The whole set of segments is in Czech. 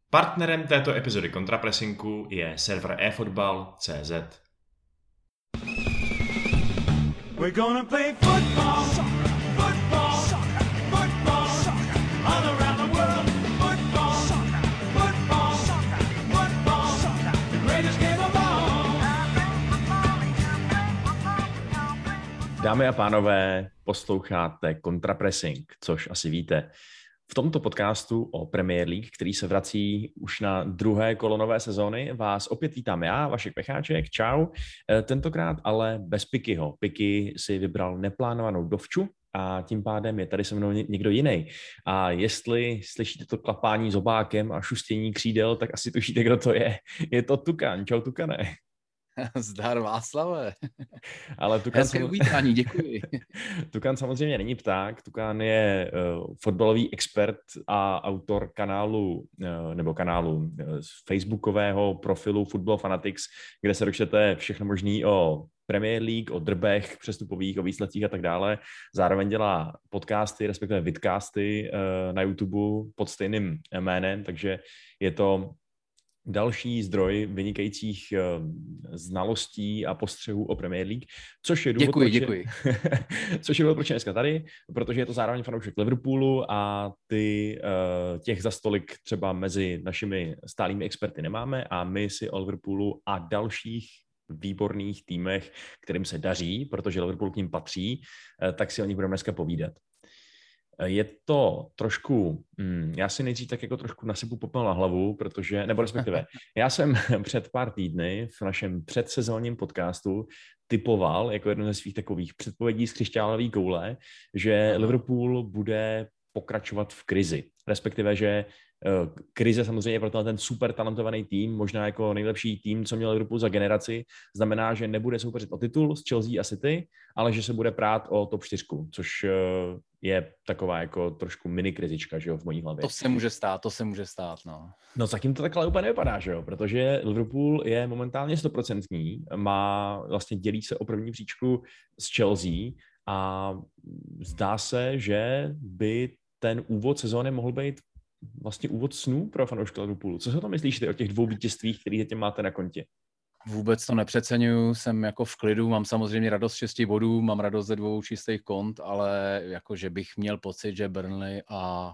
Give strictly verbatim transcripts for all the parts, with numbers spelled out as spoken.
Partnerem této epizody Kontrapresinku je server eFootball tečka cé zet. We're gonna play football, football, football, all around the world. Football, football, football, the greatest game of all. Dámy a pánové, posloucháte Kontrapressing, což asi víte. V tomto podcastu o Premier League, který se vrací už na druhé kolo nové sezóny, vás opět vítám já, Vašek Pecháček, čau. Tentokrát ale bez Pikyho. Piky si vybral neplánovanou dovču a tím pádem je tady se mnou někdo jiný. A jestli slyšíte to klapání zobákem a šustění křídel, tak asi tušíte, kdo to je. Je to Tukan. Čau, Tukane. Zdar Václave. Ale Tukan Hezké uvítání, děkuji. Tukan samozřejmě není pták, Tukan je uh, fotbalový expert a autor kanálu, uh, nebo kanálu uh, facebookového profilu Football Fanatics, kde se dočtete všechno možný o Premier League, o drbech přestupových, o výsledcích a tak dále. Zároveň dělá podcasty, respektive vidcasty uh, na YouTube pod stejným jménem, takže je to další zdroj vynikajících uh, znalostí a postřehů o Premier League, což je důvod, děkuji, proč, děkuji. což je důvod, proč je dneska tady, protože je to zároveň fanoušek Liverpoolu a ty uh, těch za stolik třeba mezi našimi stálými experty nemáme a my si o Liverpoolu a dalších výborných týmech, kterým se daří, protože Liverpool k ním patří, uh, tak si o nich budeme dneska povídat. Je to trošku, hm, já si nejdřív tak jako trošku nasypu popel na hlavu, protože, nebo respektive, já jsem před pár týdny v našem předsezónním podcastu typoval jako jedno ze svých takových předpovědí z křišťálové koule, že Liverpool bude pokračovat v krizi. Respektive, že uh, krize samozřejmě pro ten super talentovaný tým, možná jako nejlepší tým, co měl Liverpool za generaci, znamená, že nebude soupeřit o titul s Chelsea a City, ale že se bude prát o top čtyři, což uh, je taková jako trošku mini krizička, že jo, v mojí hlavě. To se může stát, to se může stát, no. No zatím to takhle úplně nevypadá, že jo, protože Liverpool je momentálně stoprocentní, má vlastně dělí se o první příčku s Chelsea a zdá se, že by ten úvod sezóny mohl být vlastně úvod snů pro fanoušky Liverpoolu. Co si o tom myslíš ty o těch dvou vítězstvích, které zatím máte na kontě? Vůbec to nepřeceňuju, jsem jako v klidu, mám samozřejmě radost z šesti bodů, mám radost ze dvou čistých kont, ale jako, že bych měl pocit, že Burnley a,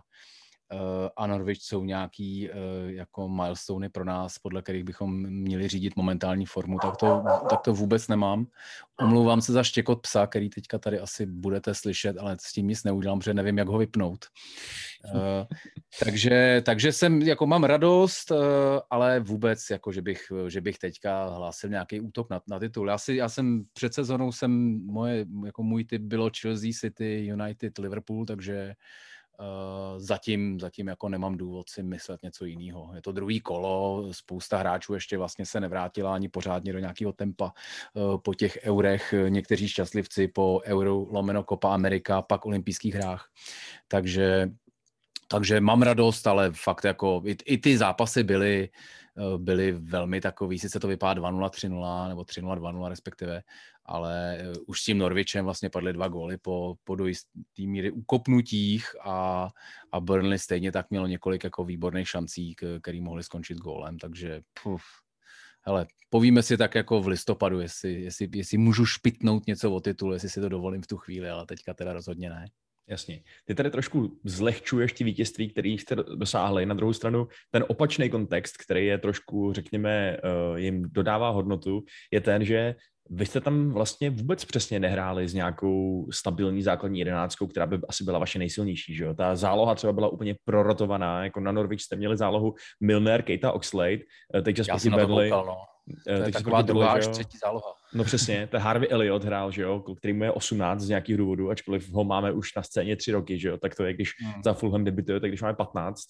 a Norwich jsou nějaký jako milestony pro nás, podle kterých bychom měli řídit momentální formu, tak to, tak to vůbec nemám. Omlouvám se za štěkot psa, který teďka tady asi budete slyšet, ale s tím nic neudělám, protože nevím, jak ho vypnout. Uh, takže, takže jsem, jako mám radost, uh, ale vůbec, jako, že bych, že bych teďka hlásil nějaký útok na, na titul. Já, si, já jsem před sezónou jsem, moje, jako můj typ bylo Chelsea, City, United, Liverpool, takže Uh, zatím, zatím jako nemám důvod si myslet něco jiného. Je to druhý kolo, spousta hráčů ještě vlastně se nevrátila ani pořádně do nějakého tempa uh, po těch eurech, někteří šťastlivci po euro lomeno Copa America, pak olympijských hrách. Takže, takže mám radost, ale fakt jako i, i ty zápasy byly byly velmi takový, sice to vypadá dva nula, tři nula nebo tři nula, dva nula respektive, ale už s tím Norwichem vlastně padly dva góly po, po do jistý míry ukopnutích a, a Burnley stejně tak mělo několik jako výborných šancí, který mohli skončit gólem, takže puf, hele, povíme si tak jako v listopadu, jestli, jestli, jestli můžu špitnout něco o titul, jestli si to dovolím v tu chvíli, ale teďka teda rozhodně ne. Jasně. Ty tady trošku zlehčuješ ty vítězství, který jste dosáhli. Na druhou stranu ten opačný kontext, který je trošku, řekněme, jim dodává hodnotu, je ten, že vy jste tam vlastně vůbec přesně nehráli s nějakou stabilní základní jedenáctkou, která by asi byla vaše nejsilnější, že jo? Ta záloha třeba byla úplně prorotovaná, jako na Norwich jste měli zálohu Milner, Keita, Oxlade, teď Já jsem na to koukal, no. To je taková druhá až třetí záloha. No přesně, to Harvey Elliott hrál, že jo, který mu je osmnáct z nějakých důvodů, ačkoliv ho máme už na scéně tři roky, že jo, tak to je, když hmm. za Fulham debutuje, tak když máme patnáct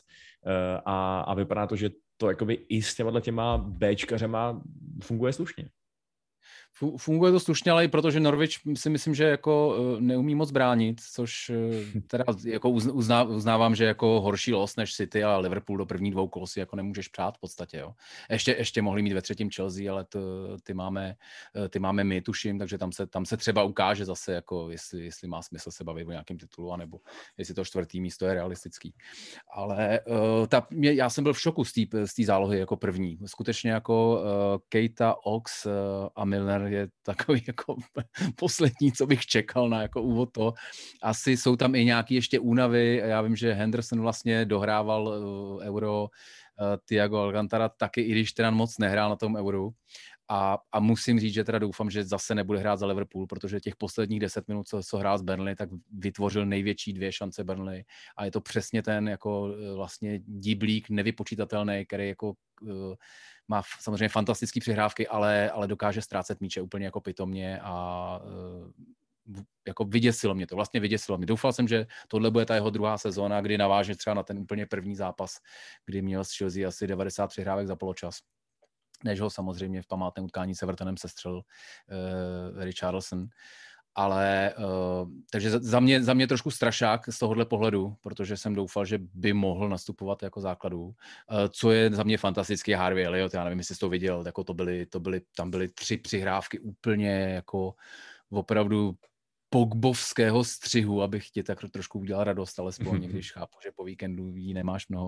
a, a vypadá to, že to jakoby i s těma těma Bčkařema funguje slušně. Funguje to slušně, ale i protože Norwich si myslím, že jako neumí moc bránit, což teda jako uzná, uznávám, že jako horší los než City a Liverpool do prvních dvou kol si jako nemůžeš přát v podstatě, jo. Ještě, ještě mohli mít ve třetím Chelsea, ale to, ty, máme, ty máme my, tuším, takže tam se, tam se třeba ukáže zase, jako jestli, jestli má smysl se bavit o nějakém titulu, anebo jestli to čtvrtý místo je realistický. Ale uh, ta, mě, já jsem byl v šoku z té zálohy jako první. Skutečně jako uh, Keita, Ox uh, a Milner je takový jako poslední, co bych čekal na jako úvod to. Asi jsou tam i nějaký ještě únavy. Já vím, že Henderson vlastně dohrával uh, Euro, uh, Thiago Alcantara taky, i když teda moc nehrál na tom Euro. A, a musím říct, že teda doufám, že zase nebude hrát za Liverpool, protože těch posledních deset minut, co, co hrál z Burnley, tak vytvořil největší dvě šance Burnley. A je to přesně ten jako vlastně díblík nevypočítatelný, který jako uh, má samozřejmě fantastické přihrávky, ale, ale dokáže ztrácet míče úplně jako pitomně a uh, jako vyděsilo mě to, vlastně vyděsilo mě. Doufal jsem, že tohle bude ta jeho druhá sezóna, kdy naváže třeba na ten úplně první zápas, kdy měl s Chelsea asi devadesát přihrávek za poločas. Než ho samozřejmě v památném utkání s Evertonem sestřelil uh, Richarlison. Ale uh, takže za mě, za mě trošku strašák z tohohle pohledu, protože jsem doufal, že by mohl nastupovat jako základu. Uh, co je za mě fantastický Harvey Elliott, já nevím, jestli jsi to viděl, jako to byly, to byly, tam byly tři přihrávky úplně jako opravdu pogbovského střihu, abych ti tak trošku udělal radost, alespoň, když chápu, že po víkendu jí nemáš mnoho.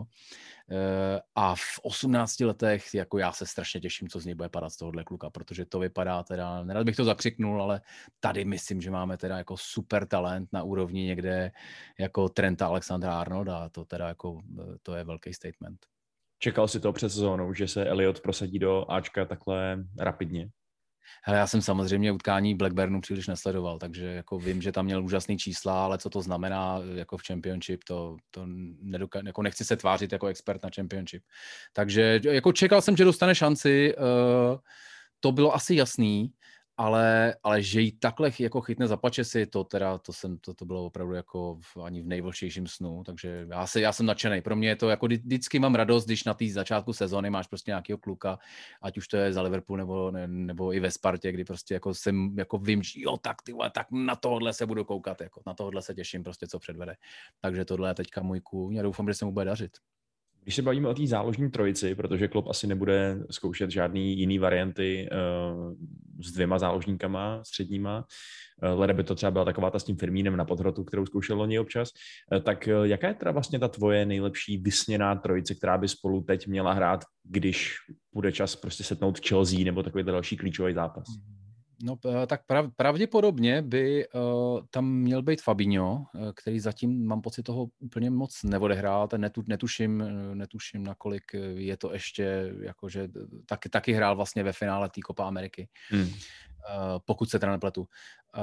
A v osmnácti letech, jako já se strašně těším, co z něj bude padat z tohohle kluka, protože to vypadá teda, nerad bych to zakřiknul, ale tady myslím, že máme teda jako super talent na úrovni někde jako Trenta Alexandra-Arnolda a to teda jako, to je velký statement. Čekal si to před sezónou, že se Elliott prosadí do Ačka takhle rapidně? Hele, já jsem samozřejmě utkání Blackburnu příliš nesledoval, takže jako vím, že tam měl úžasný čísla, ale co to znamená jako v Championship, to, to nedoka- jako nechci se tvářit jako expert na Championship. Takže jako čekal jsem, že dostane šanci, uh, to bylo asi jasný, ale, ale že jí takhle jako chytne za pačesy, to teda, to, jsem, to, to bylo opravdu jako v, ani v nejvlhčejším snu, takže já, se, já jsem nadšenej. Pro mě je to jako vždycky mám radost, když na té začátku sezóny máš prostě nějakého kluka, ať už to je za Liverpool nebo, ne, nebo i ve Spartě, kdy prostě jako jsem, jako vím, že jo, tak ty vole, tak na tohle se budu koukat, jako na tohle se těším prostě, co předvede. Takže tohle je teďka můj kůň a doufám, že se mu bude dařit. Když se bavíme o té záložní trojici, protože Klopp asi nebude zkoušet žádný jiný varianty uh, s dvěma záložníkama středníma, uh, leda by to třeba byla taková ta s tím Firmínem na podhrotu, kterou zkoušel loni občas, uh, tak uh, jaká je teda vlastně ta tvoje nejlepší vysněná trojice, která by spolu teď měla hrát, když bude čas prostě setnout Chelsea nebo takový další klíčový zápas? No tak prav, pravděpodobně by uh, tam měl být Fabinho, uh, který zatím, mám pocit, toho úplně moc neodehrál, ten netu, netuším, netuším, nakolik je to ještě, jakože taky, taky hrál vlastně ve finále té Copa Ameriky, hmm. uh, pokud se teda nepletu. Uh,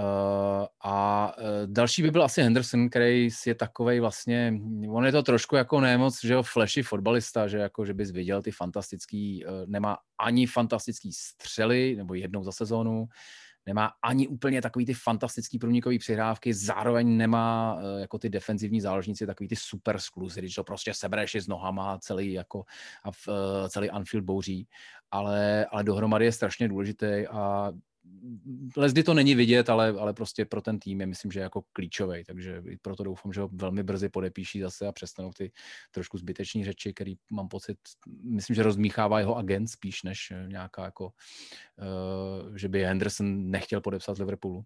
a uh, další by byl asi Henderson, který je takovej vlastně, on je to trošku jako nemoc, že jo, flashy fotbalista, že jako, že bys viděl ty fantastický, uh, nemá ani fantastický střely, nebo jednou za sezónu, nemá ani úplně takový ty fantastický průnikový přihrávky, zároveň nemá uh, jako ty defenzivní záložníci takový ty super skluzy, když to prostě sebereš s nohama celý, jako, a v, uh, celý Anfield bouří, ale, ale dohromady je strašně důležitý a Leslie to není vidět, ale, ale prostě pro ten tým je, myslím, že jako klíčový, takže proto doufám, že ho velmi brzy podepíší zase a přestanou ty trošku zbyteční řeči, který mám pocit, myslím, že rozmíchává jeho agent spíš, než nějaká jako, uh, že by Henderson nechtěl podepsat Liverpoolu.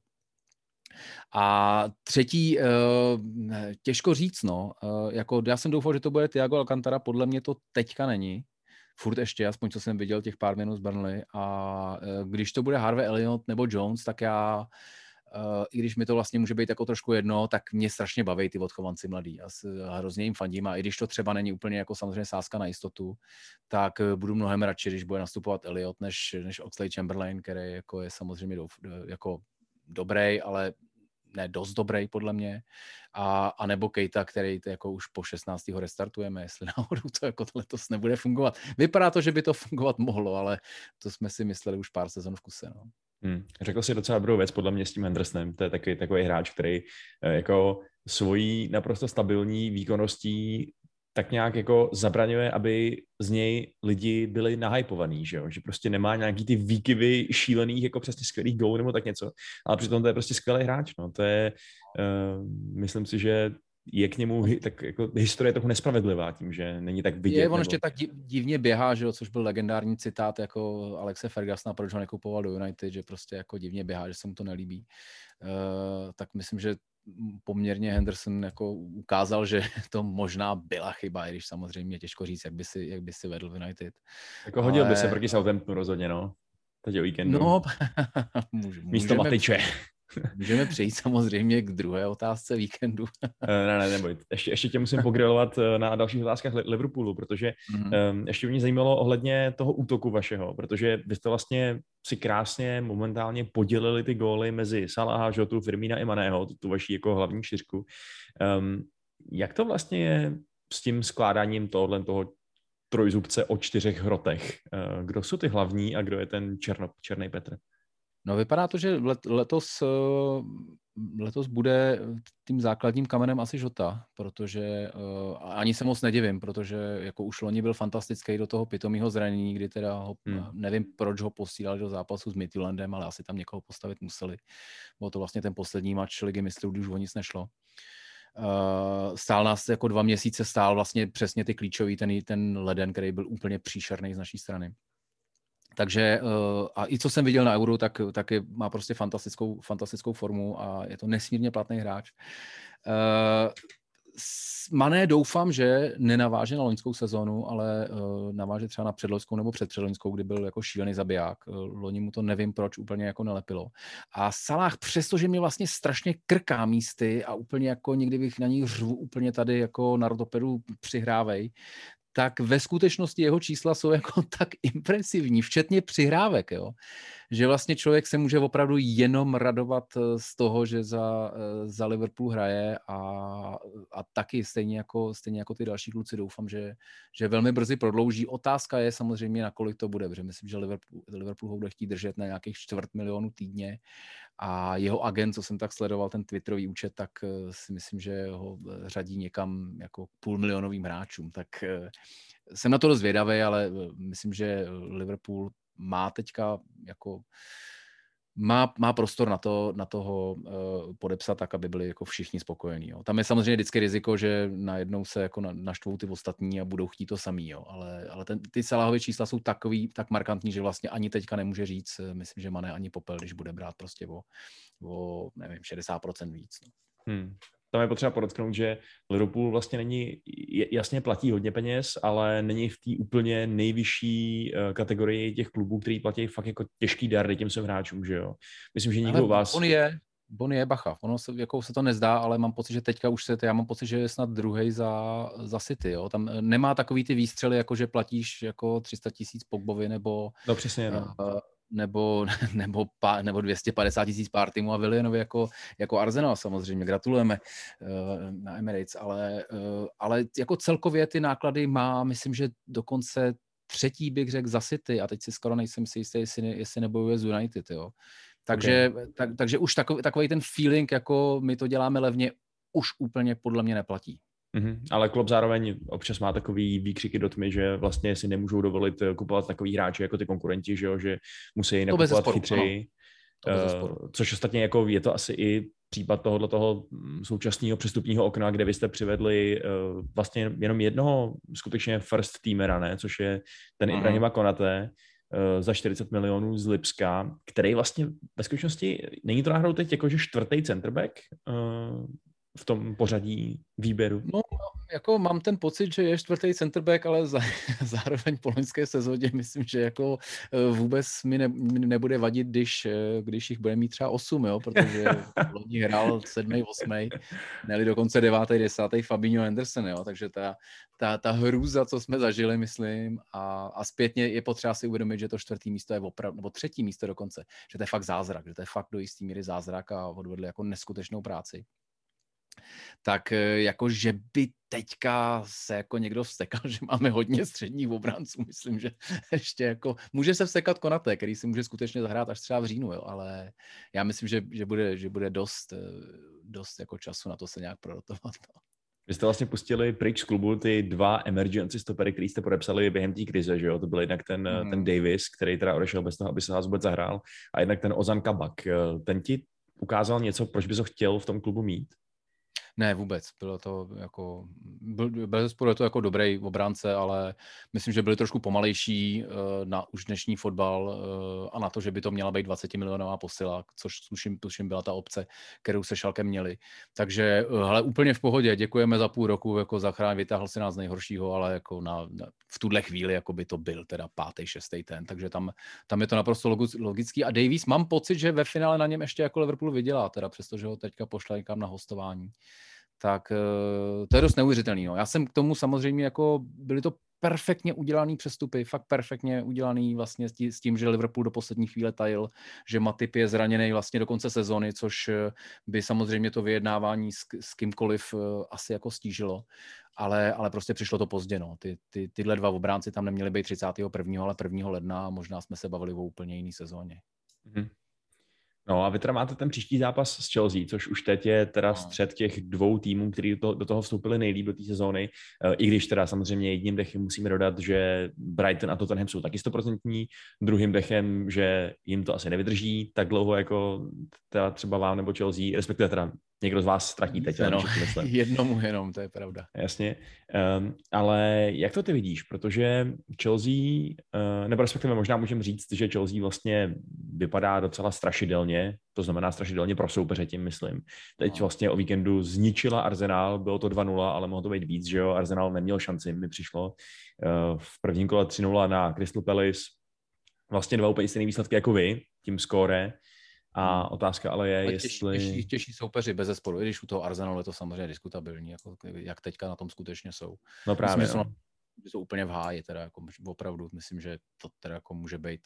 A třetí, uh, těžko říct, no, uh, jako já jsem doufal, že to bude Thiago Alcantara, podle mě to teďka není. Furt ještě, aspoň co jsem viděl těch pár minut z Burnley a když to bude Harvey Elliott nebo Jones, tak já, uh, i když mi to vlastně může být jako trošku jedno, tak mě strašně baví ty odchovanci mladí a, a hrozně jim fandím a i když to třeba není úplně jako samozřejmě sázka na jistotu, tak budu mnohem radši, když bude nastupovat Elliott, než, než Oxlade-Chamberlain, který jako je samozřejmě do, jako dobrý, ale ne dost dobrý podle mě, a, a nebo Keita, který to jako už po šestnáctého restartujeme, jestli náhodou to jako letos nebude fungovat. Vypadá to, že by to fungovat mohlo, ale to jsme si mysleli už pár sezon v kuse. No. Hmm. Řekl si docela dobrou věc podle mě s tím Hendersonem, to je takový, takový hráč, který jako svojí naprosto stabilní výkonností tak nějak jako zabraňuje, aby z něj lidi byli nahypovaný, že jo? Že prostě nemá nějaký ty výkyvy šílených, jako přesně skvělých gólů nebo tak něco, ale přitom to je prostě skvělý hráč, no. To je, uh, myslím si, že je k němu hy, tak jako historie trochu nespravedlivá tím, že není tak vidět. Je, on nebo... ještě tak divně běhá, že jo, což byl legendární citát jako Alexe Fergusona, proč ho nekupoval do United, že prostě jako divně běhá, že se mu to nelíbí. Uh, tak myslím, že poměrně Henderson jako ukázal, že to možná byla chyba, i když samozřejmě těžko říct, jak by si, jak by si vedl v United. Jako hodil Ale... by se proti Southamptonu rozhodně, no. Teď o víkendu. No, může, místo Matyče. Můžeme přejít samozřejmě k druhé otázce víkendu. ne, ne, neboj. Ještě, ještě tě musím pogrilovat na dalších otázkách Liverpoolu, protože mm-hmm. um, ještě mě zajímalo ohledně toho útoku vašeho, protože vy jste vlastně si krásně momentálně podělili ty góly mezi Salaha, Jotu, Firmína i Maného, tu, tu vaši jako hlavní čtyřku. Um, jak to vlastně je s tím skládáním tohohle toho trojzubce o čtyřech hrotech? Uh, kdo jsou ty hlavní a kdo je ten černo, černý Petr? No vypadá to, že let, letos, letos bude tím základním kamenem asi Jota, protože uh, ani se moc nedivím, protože jako už loni byl fantastický do toho pitomýho zranění, kdy teda ho, hmm. nevím, proč ho posílali do zápasu s Midtjyllandem, ale asi tam někoho postavit museli. Byl to vlastně ten poslední mač Ligy mistrů, když už o nic nešlo. Uh, stál nás jako dva měsíce, stál vlastně přesně ty klíčový, ten, ten leden, který byl úplně příšerný z naší strany. Takže a i co jsem viděl na Euro, tak, tak je, má prostě fantastickou, fantastickou formu a je to nesmírně platný hráč. Mané doufám, že nenaváže na loňskou sezónu, ale naváže třeba na předloňskou nebo předpředloňskou, kdy byl jako šílený zabiják. Loni mu to nevím proč úplně jako nelepilo. A Salah, přestože mě vlastně strašně krká místy a úplně jako někdy bych na ní řvu úplně tady jako na ortopedu přihrávej, tak ve skutečnosti jeho čísla jsou jako tak impresivní, včetně přihrávek, jo? Že vlastně člověk se může opravdu jenom radovat z toho, že za, za Liverpool hraje a, a taky stejně jako, stejně jako ty další kluci doufám, že, že velmi brzy prodlouží. Otázka je samozřejmě, na kolik to bude, protože myslím, že Liverpool, Liverpool ho bude chtít držet na nějakých čtvrt milionu týdně a jeho agent, co jsem tak sledoval, ten twitterový účet, tak si myslím, že ho řadí někam jako půl milionovým hráčům, tak jsem na to dost zvědavý, ale myslím, že Liverpool má teďka jako má, má prostor na to, na toho uh, podepsat tak, aby byli jako všichni spokojení. Jo. Tam je samozřejmě vždycky riziko, že najednou se jako na, naštvou ty ostatní a budou chtít to samý, jo. Ale, ale ten, ty Salahové čísla jsou takový, tak markantní, že vlastně ani teďka nemůže říct, myslím, že Mané ani Popel, když bude brát prostě o, o nevím, šedesát procent víc. No. Hmm. Tam je potřeba podotknout, že Liverpool vlastně není, jasně platí hodně peněz, ale není v té úplně nejvyšší kategorii těch klubů, který platí fakt jako těžký dar těm svým hráčům, že jo. Myslím, že nikdo u vás... On je, on je bacha, ono se, jako se to nezdá, ale mám pocit, že teďka už se, já mám pocit, že je snad druhej za, za City, jo. Tam nemá takový ty výstřely, jako že platíš jako tři sta tisíc Pogbovi, nebo... No přesně, no. Uh, nebo, nebo, pa, nebo dvě stě padesát tisíc pár týmu a Willianovi jako, jako Arsenal samozřejmě, gratulujeme uh, na Emirates, ale, uh, ale jako celkově ty náklady má, myslím, že dokonce třetí bych řekl za City a teď si skoro nejsem si jistý, jestli, jestli nebojuje z United, jo. Takže, okay. tak, takže už takový, takový ten feeling, jako my to děláme levně, už úplně podle mě neplatí. Mm-hmm. Ale klub zároveň občas má takový výkřiky do tmy, že vlastně si nemůžou dovolit kupovat takový hráči jako ty konkurenti, že, jo? Že musí nakupovat chytřeji. Uh, což ostatně jako je to asi i případ tohoto toho současného přestupního okna, kde vy jste přivedli uh, vlastně jenom jednoho skutečně first teamera, ne? Což je ten uh-huh. Ibrahima Konaté uh, za čtyřicet milionů z Lipska, který vlastně ve skutečnosti není to náhodou teď jakože čtvrtý centerback uh, v tom pořadí výběru? No, jako mám ten pocit, že je čtvrtý centerback, ale za, zároveň po loňské sezóně myslím, že jako vůbec mi ne, nebude vadit, když, když jich bude mít třeba osm, jo, protože loni hrál sedmý, osmý, ne dokonce devátý, desátý Fabinho Henderson, jo, takže ta, ta, ta hrůza, co jsme zažili, myslím, a, a zpětně je potřeba si uvědomit, že to čtvrtý místo je opravdu, nebo třetí místo dokonce, že to je fakt zázrak, že to je fakt do jistý míry zázrak a odvedli jako neskutečnou práci. Tak jako, že by teďka se jako někdo vstekal, že máme hodně středních obránců, myslím, že ještě jako, může se vstekat Konaté, který si může skutečně zahrát až třeba v říjnu, jo, ale já myslím, že, že, bude, že bude dost, dost jako času na to se nějak prorotovat. No. Vy jste vlastně pustili pryč z klubu ty dva emergency stopery, který jste podepsali během té krize, že jo? To byl jednak ten, mm. ten Davis, který teda odešel bez toho, aby se nás vůbec zahrál, a jednak ten Ozan Kabak. Ten ti ukázal něco, proč bys ho chtěl v tom klubu mít? Ne, vůbec. Bylo to jako, byl, bez sporu je to jako dobrý obránce, ale myslím, že byli trošku pomalejší na už dnešní fotbal a na to, že by to měla být dvacetimilionová posila, což tuším, tuším byla ta opce, kterou se Schalkem měli. Takže hele, úplně v pohodě, děkujeme za půl roku, jako zachrán, vytáhl si nás z nejhoršího, ale jako na, na, v tuhle chvíli jako by to byl teda pátý, šestý ten, takže tam, tam je to naprosto logický. A Davies, mám pocit, že ve finále na něm ještě jako Liverpool vydělá, teda přestože ho teďka pošle někam na hostování. Tak to je dost neuvěřitelný. No. Já jsem k tomu samozřejmě jako, byly to perfektně udělaný přestupy, fakt perfektně udělaný vlastně s tím, že Liverpool do poslední chvíle tajil, že Matip je zraněný vlastně do konce sezony, což by samozřejmě to vyjednávání s, s kýmkoliv asi jako stížilo. Ale, ale prostě přišlo to pozdě. No. Ty, ty, tyhle dva obránci tam neměly být třicátého prvního ale prvního ledna a možná jsme se bavili o úplně jiný sezóně. Mm-hmm. No a vy teda máte ten příští zápas s Chelsea, což už teď je teda střed těch dvou týmů, kteří do toho, do toho vstoupili nejlíp do té sezóny, i když teda samozřejmě jedním dechem musíme dodat, že Brighton a Tottenham jsou taky stoprocentní, druhým dechem, že jim to asi nevydrží tak dlouho jako teda třeba vám nebo Chelsea, respektive teda někdo z vás ztratí teď. No, jednomu jenom, to je pravda. Jasně, um, ale jak to ty vidíš? Protože Chelsea, uh, nebo respektive možná můžeme říct, že Chelsea vlastně vypadá docela strašidelně, to znamená strašidelně pro soupeře, tím myslím. Teď no. vlastně o víkendu zničila Arsenal, bylo to dva nula, ale mohlo to být víc, že jo? Arsenal neměl šanci, mi přišlo. Uh, v prvním kole tři nula na Crystal Palace, vlastně dva úplně stejné výsledky jako vy, tím skóre. A otázka ale je, ale těžší, jestli... Těžší, těžší soupeři bez zesporu, i když u toho Arsenalu je to samozřejmě diskutabilní, jako, jak teďka na tom skutečně jsou. No právě, myslím, no. že jsou, jsou úplně v háji, teda jako opravdu, myslím, že to teda jako může být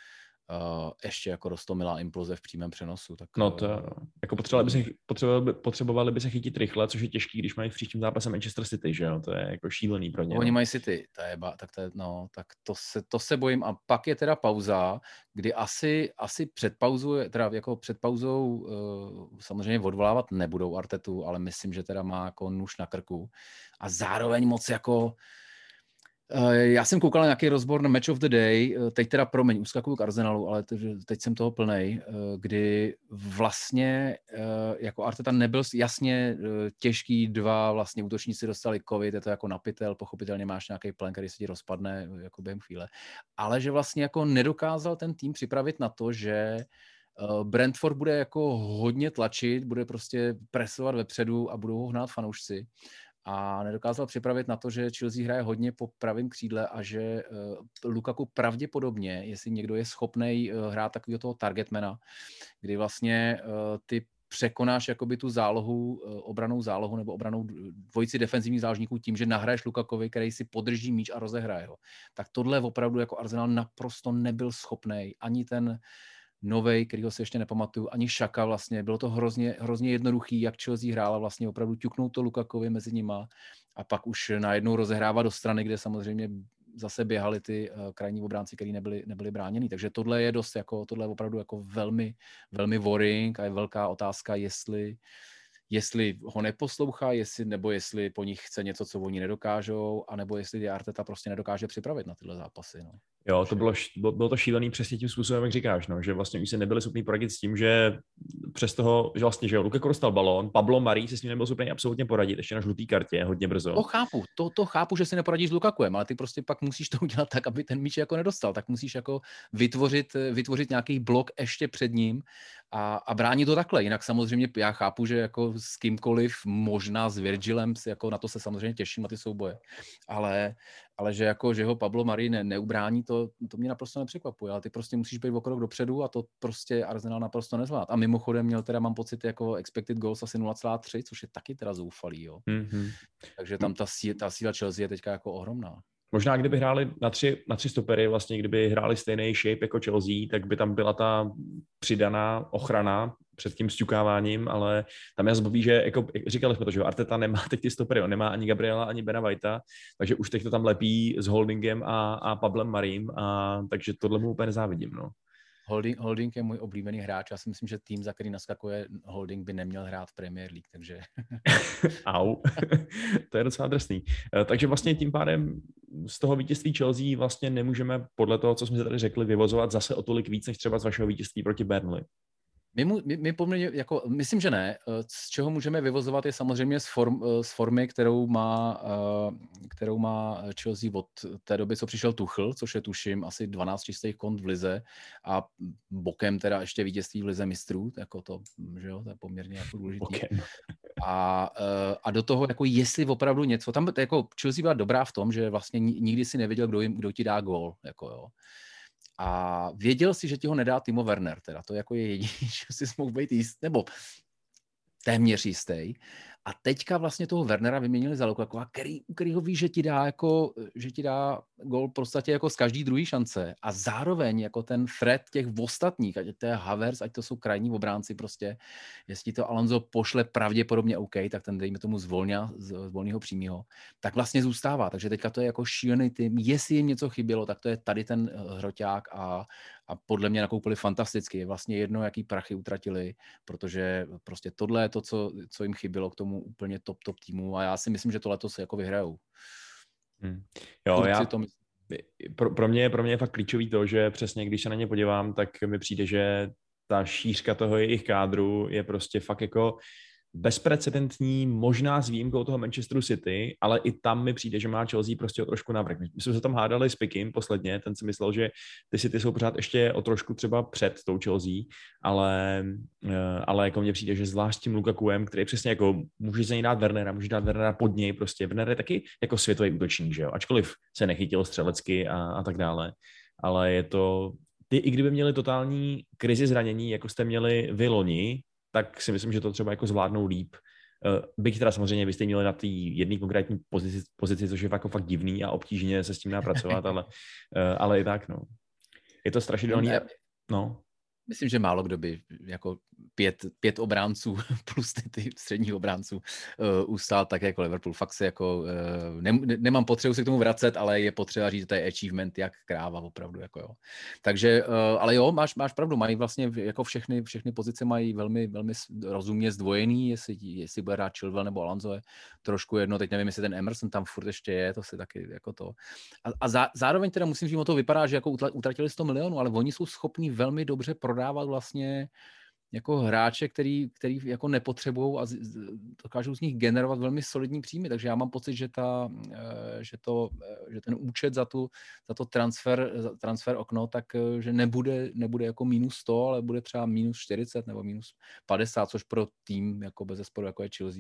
uh, ještě jako roztomilá imploze v přímém přenosu. Tak, no to, uh, jako potřebovali by, se, potřebovali, by, potřebovali by se chytit rychle, což je těžký, když mají v příštím zápase Manchester City, že jo, to je jako šílený pro ně. Oni no. mají City, to je, tak, to je, no, tak to se, to se bojím a pak je teda pauza, kdy asi, asi před pauzou, teda jako před pauzou uh, samozřejmě odvolávat nebudou Artetu, ale myslím, že teda má jako nůž na krku a zároveň moc jako já jsem koukal na nějaký rozbor na Match of the Day, teď teda promiň, uskakuju k Arsenalu, ale teď jsem toho plnej, kdy vlastně jako Arteta nebyl jasně těžký, dva vlastně útočníci dostali covid, je to jako napitel, pochopitelně máš nějaký plán, který se ti rozpadne jako během chvíle, ale že vlastně jako nedokázal ten tým připravit na to, že Brentford bude jako hodně tlačit, bude prostě presovat vepředu a budou ho hnát fanoušci. A nedokázal připravit na to, že Chelsea hraje hodně po pravém křídle a že uh, Lukaku pravděpodobně, jestli někdo je schopnej uh, hrát takového toho targetmana, kdy vlastně uh, ty překonáš jakoby tu zálohu, uh, obranou zálohu nebo obranou dvojici defenzivních záložníků tím, že nahraješ Lukakovi, který si podrží míč a rozehraje ho. Tak tohle opravdu jako Arsenal naprosto nebyl schopnej. Ani ten novej, kterýho se ještě nepamatuju, ani Šaka vlastně, bylo to hrozně, hrozně jednoduchý, jak Chelsea hrála vlastně opravdu ťuknout to Lukakovi mezi nima a pak už najednou rozehrává do strany, kde samozřejmě zase běhali ty uh, krajní obránci, kteří nebyli, nebyli bráněni. Takže tohle je dost jako, tohle je opravdu jako velmi, velmi worrying a je velká otázka, jestli jestli ho neposlouchá, jestli, nebo jestli po nich chce něco, co oni nedokážou, anebo jestli Arteta prostě nedokáže připravit na tyhle zápasy. No. Jo, to bylo, bylo to šílený přesně tím způsobem, jak říkáš, no, že vlastně už se nebyli schopni poradit s tím, že přes toho, že vlastně, že Lukaku dostal balón, Pablo Mari se s ním nebyl schopný absolutně poradit, ještě na žlutý kartě, hodně brzo. To chápu, to, to chápu, že si neporadíš s Lukakuem, ale ty prostě pak musíš to udělat tak, aby ten míč jako nedostal, tak musíš jako vytvořit, vytvořit nějaký blok ještě před ním a, a bránit to takhle. Jinak samozřejmě já chápu, že jako s kýmkoliv, možná s Virgilem, jako na to se samozřejmě těším, na ty souboje, ale ale že jako, že ho Pablo Mari ne, neubrání, to, to mě naprosto nepřekvapuje, ale ty prostě musíš být o krok dopředu a to prostě Arsenal naprosto nezvlád. A mimochodem měl teda, mám pocit, jako expected goals asi nula celá tři, což je taky teda zoufalý, jo. Mm-hmm. Takže tam ta, sí, ta síla Chelsea je teďka jako ohromná. Možná kdyby hráli na tři, na tři stopery, vlastně kdyby hráli stejný shape jako Chelsea, tak by tam byla ta přidaná ochrana před tím sťukáváním, ale tam je zbaví, že jako říkali jsme to, že Arteta nemá teď ty stopery, on nemá ani Gabriela, ani Bena Whitea, takže už teď to tam lepí s Holdingem a, a Pablem Marim, a takže tohle mu úplně nezávidím, no. Holding, Holding je můj oblíbený hráč. Já si myslím, že tým, za který naskakuje Holding, by neměl hrát v Premier League, takže... Au, to je docela drsný. Takže vlastně tím pádem z toho vítězství Chelsea vlastně nemůžeme podle toho, co jsme se tady řekli, vyvozovat zase o tolik víc, než třeba z vašeho vítězství proti Burnley. My, mu, my, my poměrně, jako, myslím, že ne. Z čeho můžeme vyvozovat je samozřejmě z, form, z formy, kterou má, kterou má Chelsea od té doby, co přišel Tuchel, což je tuším asi dvanáct čistých kont v lize a bokem teda ještě vítězství v lize mistrů, jako to, že jo, to je poměrně jako důležitý. A, a do toho, jako jestli opravdu něco, tam jako Chelsea byla dobrá v tom, že vlastně nikdy si nevěděl, kdo, jim, kdo ti dá gól, jako jo. A věděl si, že ti ho nedá Timo Werner, teda to jako je jediný, že si mohl být jist, nebo téměř jistý. A teďka vlastně toho Wernera vyměnili za Lukaku, který, který ho ví, že ti dá jako, že ti dá gól v podstatě jako z každý druhý šance. A zároveň jako ten Fred těch ostatních, ať to je Havertz, ať to jsou krajní obránci prostě, jestli to Alonso pošle pravděpodobně OK, tak ten dejme tomu z, volňa, z volného přímého, tak vlastně zůstává. Takže teďka to je jako šílený tým. Jestli jim něco chybělo, tak to je tady ten hroťák a, a podle mě nakoupili fantasticky. Je vlastně jedno, jaký prachy utratili, protože prostě tohle je to, co, co jim chybělo k tomu úplně top, top týmu a já si myslím, že to letos jako vyhrajou. Hmm. Jo, Furt já, to pro, pro, mě, pro mě je fakt klíčový to, že přesně když se na ně podívám, tak mi přijde, že ta šířka toho jejich kádru je prostě fakt jako bezprecedentní, možná s výjimkou toho Manchesteru City, ale i tam mi přijde, že má Chelsea prostě o trošku navrch. My jsme se tam hádali s Pikim posledně, ten si myslel, že ty City jsou pořád ještě o trošku třeba před tou Chelsea, ale, ale jako mně přijde, že zvlášť tím Lukakuem, který přesně jako může za něj dát Wernera, může dát Wernera pod něj, prostě Werner je taky jako světový útočník, že jo, ačkoliv se nechytil střelecky a, a tak dále, ale je to, ty i kdyby měli totální krizi zranění, jako jste měli vy loni, tak si myslím, že to třeba jako zvládnou líp. Byť teda samozřejmě vy jste měli na té jedné konkrétní pozici, pozici, což je jako fakt divný a obtížně se s tím dá pracovat, ale, ale i tak, no. Je to strašidelný. No. Myslím, že málo kdo by jako pět, pět obránců plus ty, ty středních obránců uh, ustál tak jako Liverpool. Fakt si jako, uh, ne, nemám potřebu se k tomu vracet, ale je potřeba říct, že to je achievement jak kráva opravdu. Jako jo. Takže, uh, ale jo, máš, máš pravdu, mají vlastně jako všechny, všechny pozice mají velmi, velmi rozumně zdvojený, jestli, jestli bude hrát Chilwell nebo Alonso je trošku jedno, teď nevím, jestli ten Emerson tam furt ještě je, to si taky jako to. A, a zá, zároveň teda musím říct, o to vypadá, že jako utratili sto milionů, ale oni jsou schopní velmi dobře prodávat vlastně jako hráče, který, který jako nepotřebují a z, z, dokážou z nich generovat velmi solidní příjmy, takže já mám pocit, že, ta, že, to, že ten účet za, tu, za to transfer, za transfer okno, tak že nebude, nebude jako minus sto, ale bude třeba minus čtyřicet nebo minus padesát, což pro tým jako bezesporu jako je Chelsea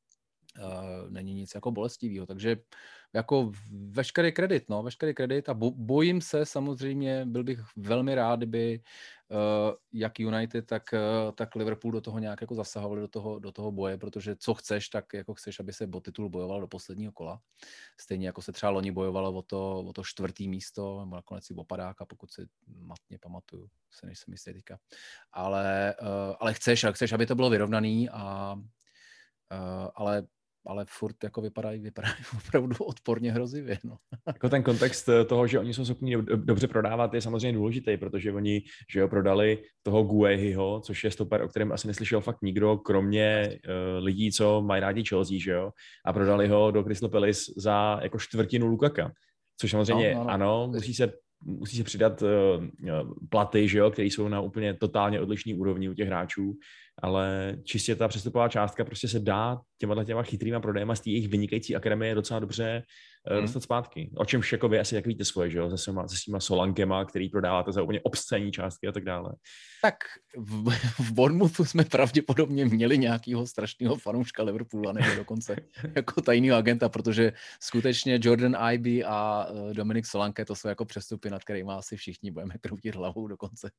Uh, není nic jako bolestivého, takže jako veškerý kredit, no, veškerý kredit a bo, bojím se samozřejmě, byl bych velmi rád, kdyby uh, jak United, tak, uh, tak Liverpool do toho nějak jako zasahovali do toho, do toho boje, protože co chceš, tak jako chceš, aby se o titul bojoval do posledního kola. Stejně jako se třeba loni bojovalo o to, o to čtvrtý místo, nebo nakonec si opadáka, pokud si matně pamatuju, se nejsem jistý teďka. Ale, uh, ale chceš, ale chceš, aby to bylo vyrovnaný a uh, ale ale furt jako vypadají, vypadají opravdu odporně hrozivě. No. Jako ten kontext toho, že oni jsou schopni dobře prodávat, je samozřejmě důležitý, protože oni, že jo, prodali toho Guehiho, což je stoper, o kterém asi neslyšel fakt nikdo, kromě uh, lidí, co mají rádi Chelsea, že jo, a prodali ho do Crystal Palace za jako čtvrtinu Lukaka, což samozřejmě no, no, no. ano, musí se musí se přidat uh, platy, že jo, které jsou na úplně totálně odlišný úrovni u těch hráčů, ale čistě ta přestupová částka prostě se dá těma těma chytrýma prodejema z té jejich vynikající akademie docela dobře uh, dostat zpátky. O čemž jako vy asi jak víte svoje, že jo, se svýma, se svýma Solankema, který prodáváte za úplně obscénní částky a tak dále. Tak v, v Bournemouthu jsme pravděpodobně měli nějakého strašného fanouška Liverpoola, nebo dokonce jako tajného agenta, protože skutečně Jordan Ibe a Dominik Solanke, to jsou jako přestupy, nad kterými asi všichni budeme kroutit hlavou do konce,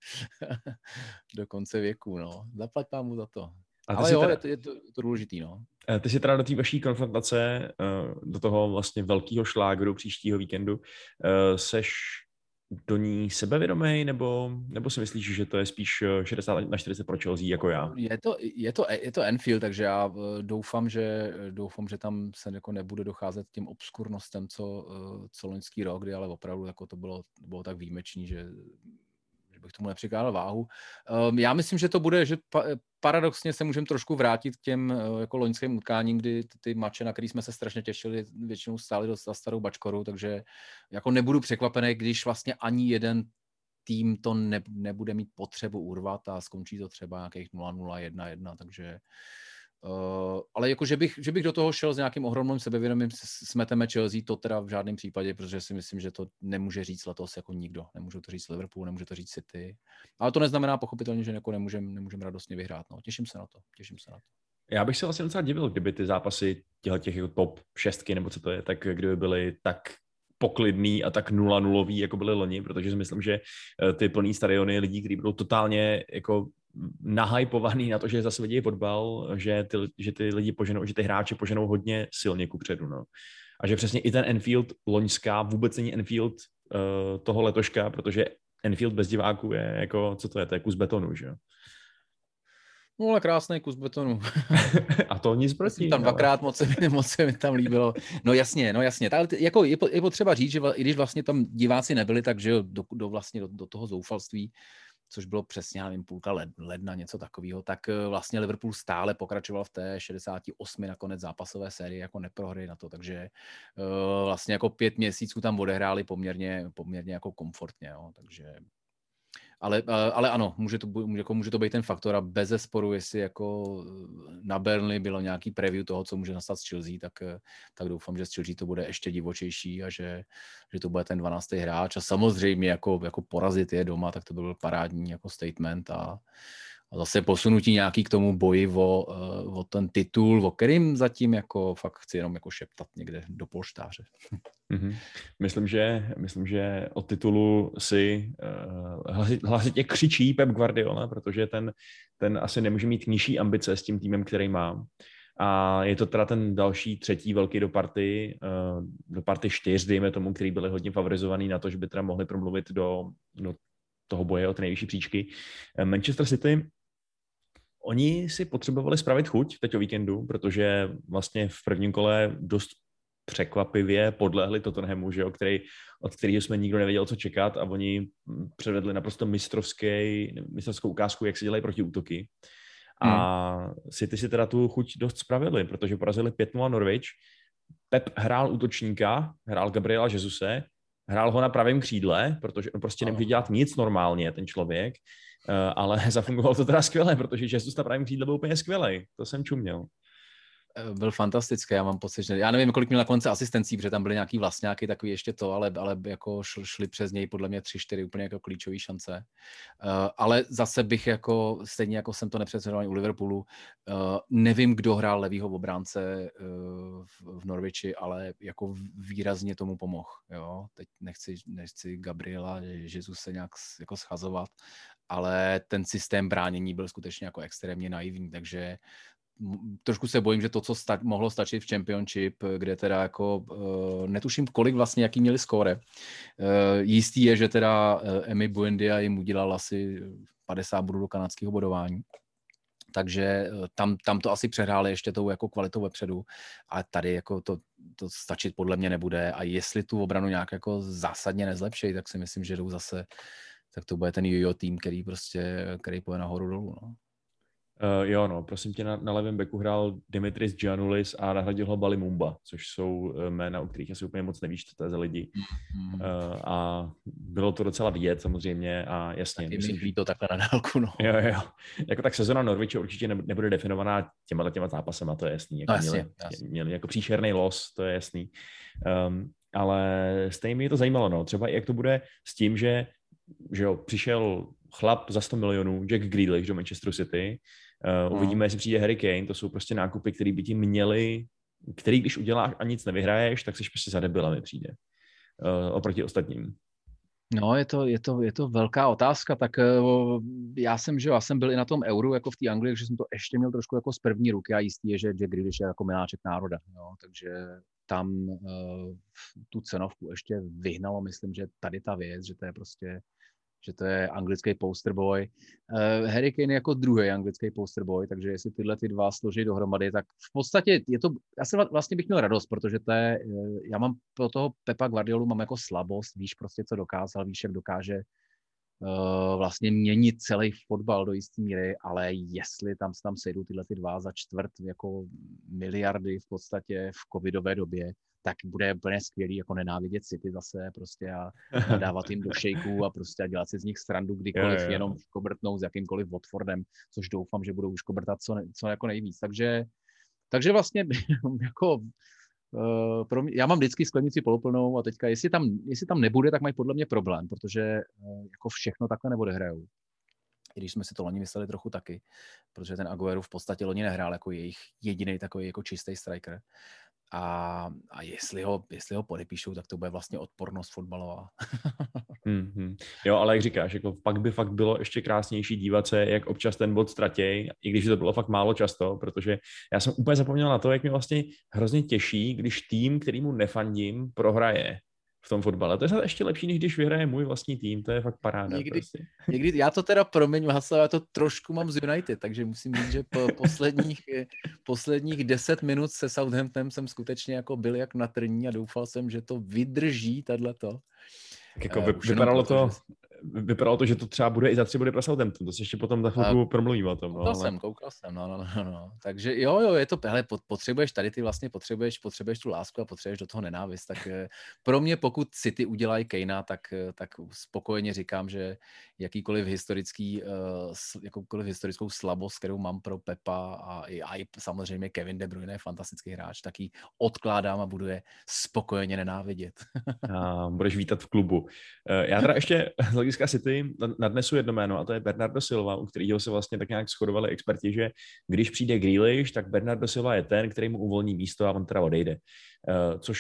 do konce věku, no. Zaplať vám mu za to. Ale jo, teda, je, to, je, to, je to důležitý, no. Ty si teda do té vaší konfrontace, do toho vlastně velkého šlágru příštího víkendu, seš do ní sebevědomý, nebo, nebo si myslíš, že to je spíš šedesát na čtyřicet pro Chelsea jako já? Je to, je to, je to Anfield, takže já doufám, že, doufám, že tam se jako nebude docházet k těm obskurnostem, co, co loňský rok, kdy ale opravdu jako to bylo, bylo tak výjimečný, že bych tomu nepřikládal váhu. Um, já myslím, že to bude, že pa, paradoxně se můžeme trošku vrátit k těm uh, jako loňským utkáním, kdy ty, ty mače, na který jsme se strašně těšili, většinou stály do, za starou bačkoru, takže jako nebudu překvapený, když vlastně ani jeden tým to ne, nebude mít potřebu urvat a skončí to třeba nějakých nula nula jedna jedna, takže Uh, ale jako, že bych, že bych do toho šel s nějakým ohromným sebevědomím, smeteme Chelsea, to teda v žádném případě, protože si myslím, že to nemůže říct letos jako nikdo. Nemůže to říct Liverpool, nemůže to říct City. Ale to neznamená pochopitelně, že jako nemůžeme nemůžem radostně vyhrát. No. Těším se na to. Těším se na to. Já bych se vlastně docela divil, kdyby ty zápasy těch jako top šestky, nebo co to je, tak kdyby byly tak poklidný a tak nula nulový, jako byly loni, protože si myslím, že ty plný stadiony lidí, kteří budou totálně jako nahypovaný na to, že zase vidějí fotbal, že ty, že ty lidi poženou, že ty hráči poženou hodně silně kupředu, no. A že přesně i ten Anfield loňská vůbec není Anfield uh, toho letoška, protože Anfield bez diváků je jako, co to je, to je kus betonu, že jo. No ale krásný kus betonu. A to nic proti. Tam dvakrát moc se, mi, moc se mi tam líbilo. No jasně, no jasně. Ale jako je, je potřeba říct, že i když vlastně tam diváci nebyli, takže do, do, vlastně do, do toho zoufalství, což bylo přesně, já nevím, půlka ledna, něco takového, tak vlastně Liverpool stále pokračoval v té šedesát osm nakonec zápasové sérii jako neprohry na to, takže uh, vlastně jako pět měsíců tam odehráli poměrně, poměrně jako komfortně, jo, takže ale, ale ano, může to, jako může to být ten faktor a bezesporu, jestli jako na Burnley bylo nějaký preview toho, co může nastat s Chelsea, tak, tak doufám, že s Chelsea to bude ještě divočejší a že, že to bude ten dvanáctý hráč a samozřejmě jako, jako porazit je doma, tak to byl parádní jako statement a, a zase posunutí nějaký k tomu boji o, o ten titul, o kterým zatím jako fakt chci jenom jako šeptat někde do polštáře. Mm-hmm. Myslím, že, myslím, že o titulu si uh, hlasitě křičí Pep Guardiola, protože ten, ten asi nemůže mít nižší ambice s tím týmem, který má. A je to teda ten další třetí velký do party, uh, do party čtyř, dejme tomu, který byli hodně favorizovaný na to, že by teda mohli promluvit do, do toho boje o ty nejvyšší příčky. Manchester City, oni si potřebovali spravit chuť teď o víkendu, protože vlastně v prvním kole dost překvapivě podlehli Tottenhamu, že jo, který, od kterého jsme nikdo nevěděl, co čekat a oni předvedli naprosto mistrovský, mistrovskou ukázku, jak se dělají protiútoky. A hmm. City si teda tu chuť dost spravili, protože porazili pět nula Norwich. Pep hrál útočníka, hrál Gabriela Jesuse, hrál ho na pravém křídle, protože on prostě nemůže dělat nic normálně, ten člověk, ale zafungovalo to teda skvěle, protože Jesus na pravém křídle byl úplně skvělej. To jsem čuměl. Byl fantastický, já mám pocit, že já nevím, kolik měl na konci asistencí, protože tam byly nějaký vlastňáky, takový ještě to, ale, ale jako šli přes něj podle mě tři, čtyři úplně jako klíčové šance. Uh, ale zase bych jako, stejně jako jsem to nepředstavil u Liverpoolu, uh, nevím, kdo hrál levýho obránce uh, v, v Norwichi, ale jako výrazně tomu pomohl. Jo? Teď nechci, nechci Gabriela Jesus se nějak jako schazovat, ale ten systém bránění byl skutečně jako extrémně naivní, takže trošku se bojím, že to, co sta- mohlo stačit v Championship, kde teda jako uh, netuším, kolik vlastně, jaký měli skóre. Uh, jistý je, že teda uh, Emi Buendia jim udělal asi padesát bodů do kanadského bodování. Takže uh, tam, tam to asi přehráli ještě tou jako kvalitou vepředu, ale tady jako to, to stačit podle mě nebude a jestli tu obranu nějak jako zásadně nezlepší, tak si myslím, že jdou zase, tak to bude ten jojo tým, který prostě, který půjde nahoru dolů, no. Uh, jo, no, prosím tě, na, na levém beku hrál Dimitris Giannoulis a nahradil ho Bali Mumba, což jsou jména, o kterých asi úplně moc nevíš, co to je za lidi. Uh, a bylo to docela vidět samozřejmě a jasně. Taky myslím, mi to takhle na dálku, no. Jo, jo. Jako tak sezona Norwiche určitě nebude definovaná těma těma zápasama, to je jasný. Jako no, jasně, měli, jasně. měli jako příšerný los, to je jasný. Um, ale stejně mě to zajímalo, no. Třeba jak to bude s tím, že, že jo, přišel chlap za sto milionů, Jack Grealish do Manchesteru City. Uh, uvidíme, jestli přijde Harry Kane, to jsou prostě nákupy, které by ti měli, který když uděláš a nic nevyhraješ, tak jsi prostě za debila mi přijde. Uh, oproti ostatním. No, je to, je to, je to velká otázka, tak uh, já jsem, že já jsem byl i na tom Euru, jako v té Anglii, že jsem to ještě měl trošku jako z první ruky a jistý je, že Jack Grealish je jako miláček národa, jo, takže tam uh, tu cenovku ještě vyhnalo, myslím, že tady ta věc, že to je prostě že to je anglický poster boy. Uh, Harry Kane je jako druhý anglický poster boy, takže jestli tyhle ty dva složí dohromady, tak v podstatě je to, já jsem vlastně bych měl radost, protože to je, já mám pro toho Pepa Guardiolu mám jako slabost, víš prostě, co dokázal, víš, jak dokáže uh, vlastně měnit celý fotbal do jisté míry, ale jestli tam se tam sejdou tyhle ty dva za čtvrt jako miliardy v podstatě v covidové době, tak bude úplně skvělý jako nenávidět City zase prostě a nadávat jim do šejků a prostě a dělat si z nich srandu kdykoliv, jo, jo. jenom škobrtnou s jakýmkoliv Watfordem, což doufám, že budou škobrtat co, ne, co jako nejvíc. Takže, takže vlastně jako uh, pro mě, já mám vždycky sklenici poloplnou a teďka, jestli tam, jestli tam nebude, tak mají podle mě problém, protože uh, jako všechno takhle neodehrajou. I když jsme si to loni mysleli trochu taky, protože ten Aguero v podstatě loni nehrál jako jejich jediný takový jako čistý striker. A, a jestli, ho, jestli ho podepíšou, tak to bude vlastně odpornost fotbalová. mm-hmm. Jo, ale jak říkáš, jako pak by fakt bylo ještě krásnější dívat se, jak občas ten bod ztratěj, i když to bylo fakt málo často, protože já jsem úplně zapomněl na to, jak mě vlastně hrozně těší, když tým, kterýmu nefandím, prohraje v tom fotbale. To je snad ještě lepší, než když vyhraje můj vlastní tým, to je fakt paráda. Někdy, prostě. někdy já to teda promiň, Václav, já to trošku mám z United, takže musím říct, že po posledních, posledních deset minut se Southamptonem jsem skutečně jako byl jak na trní a doufal jsem, že to vydrží tato. Tak jako vy, vypadalo, proto, to, že... vypadalo to, že to třeba bude i za tři body pro Southampton, to si ještě potom za chvilku promluvíme o tom. Koukal no, ale... jsem, koukal jsem, no, no, no, no. Takže jo, jo, je to, hele, potřebuješ tady ty vlastně, potřebuješ, potřebuješ tu lásku a potřebuješ do toho nenávist, tak pro mě, pokud City udělají Kanea, tak, tak spokojeně říkám, že jakýkoliv historický, jakoukoliv historickou slabost, kterou mám pro Pepa a i, a i samozřejmě Kevin De Bruyne je fantastický hráč, tak ji odkládám a budu je spokojeně nenávidět. A budeš vítat v klubu. Já teda ještě z hlediska City nadnesu jedno jméno a to je Bernardo Silva, u kterého se vlastně tak nějak shodovali experti, že když přijde Grealish, tak Bernardo Silva je ten, který mu uvolní místo a on teda odejde. Což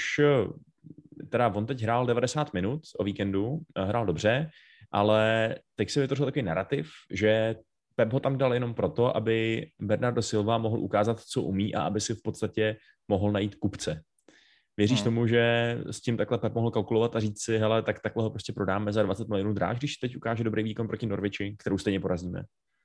teda on teď hrál devadesát minut o víkendu, hrál dobře, ale teď se vytvořil takový narrativ, že Pep ho tam dal jenom proto, aby Bernardo Silva mohl ukázat, co umí a aby si v podstatě mohl najít kupce. Věříš hmm. tomu, že s tím takhle Pep mohl kalkulovat a říct si, hele, tak takhle ho prostě prodáme za dvacet milionů dráž, když teď ukáže dobrý výkon proti Norwichi, kterou stejně porazíme?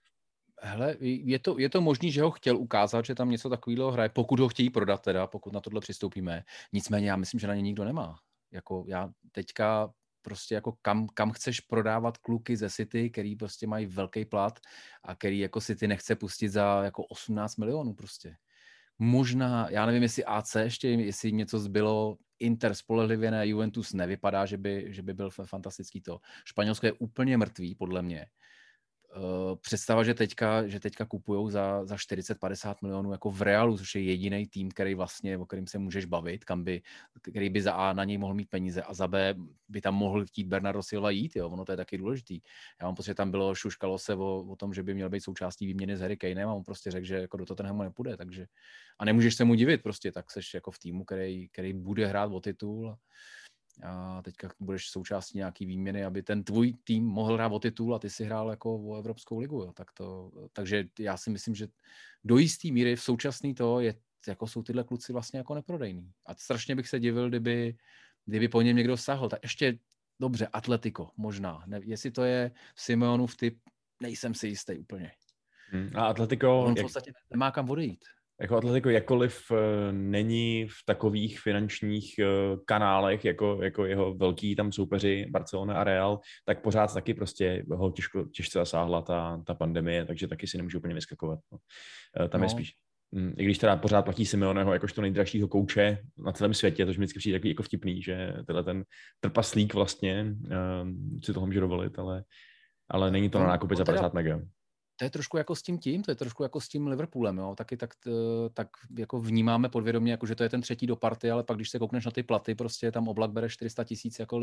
Hele, je to, je to možný, že ho chtěl ukázat, že tam něco takového hraje, pokud ho chtějí prodat teda, pokud na tohle přistoupíme. Nicméně já myslím, že na ně nikdo nemá. Jako já teďka prostě jako kam, kam chceš prodávat kluky ze City, který prostě mají velký plat a který jako City nechce pustit za jako osmnáct milionů prostě. Možná, já nevím, jestli A C ještě, jestli něco zbylo, Inter spolehlivě ne, Juventus nevypadá, že by, že by byl fantastický to. Španělsko je úplně mrtvý, podle mě. Uh, představa, že teďka, že teďka kupujou za, za čtyřicet padesát milionů jako v Realu, což je jediný tým, který vlastně, o kterým se můžeš bavit, kam by, který by za A na něj mohl mít peníze a za B by tam mohl chtít Bernardo Silva jít, jo, ono to je taky důležitý. Já mám pocit, že tam bylo, šuškalo se o, o tom, že by měl být součástí výměny s Harry Kanem a on prostě řekl, že jako do Tottenhamu nepůjde, takže a nemůžeš se mu divit prostě, tak seš jako v týmu, který, který bude hrát o titul a a teďka budeš součástí nějaký výměny, aby ten tvůj tým mohl hrát o titul a ty si hrál jako o Evropskou ligu. Jo. Tak to, takže já si myslím, že do jistý míry v současný to je, jako jsou tyhle kluci vlastně jako neprodejný. A strašně bych se divil, kdyby, kdyby po něm někdo sahl. Tak ještě dobře, Atletico možná. Ne, jestli to je Simeonův typ, nejsem si jistý úplně. Hmm. A Atletico... On v podstatě jak... nemá kam odejít. Jako Atletico jakkoliv uh, není v takových finančních uh, kanálech, jako, jako jeho velký tam soupeři Barcelona a Real, tak pořád taky prostě ho těžko, těžce zasáhla ta, ta pandemie, takže taky si nemůžu úplně vyskakovat. No. Uh, tam no. je spíš. Um, I když teda pořád platí Simeoneho jakožto nejdražšího kouče na celém světě, to mi vždycky přijde takový jako vtipný, že tenhle ten trpaslík vlastně um, si toho může dovolit, ale, ale není to na nákupy za padesát mega. To je trošku jako s tím tím, to je trošku jako s tím Liverpoolem, jo. Taky tak, tak jako vnímáme podvědomě, jako že to je ten třetí do party, ale pak když se koukneš na ty platy, prostě tam Oblak bere čtyři sta tisíc jako uh,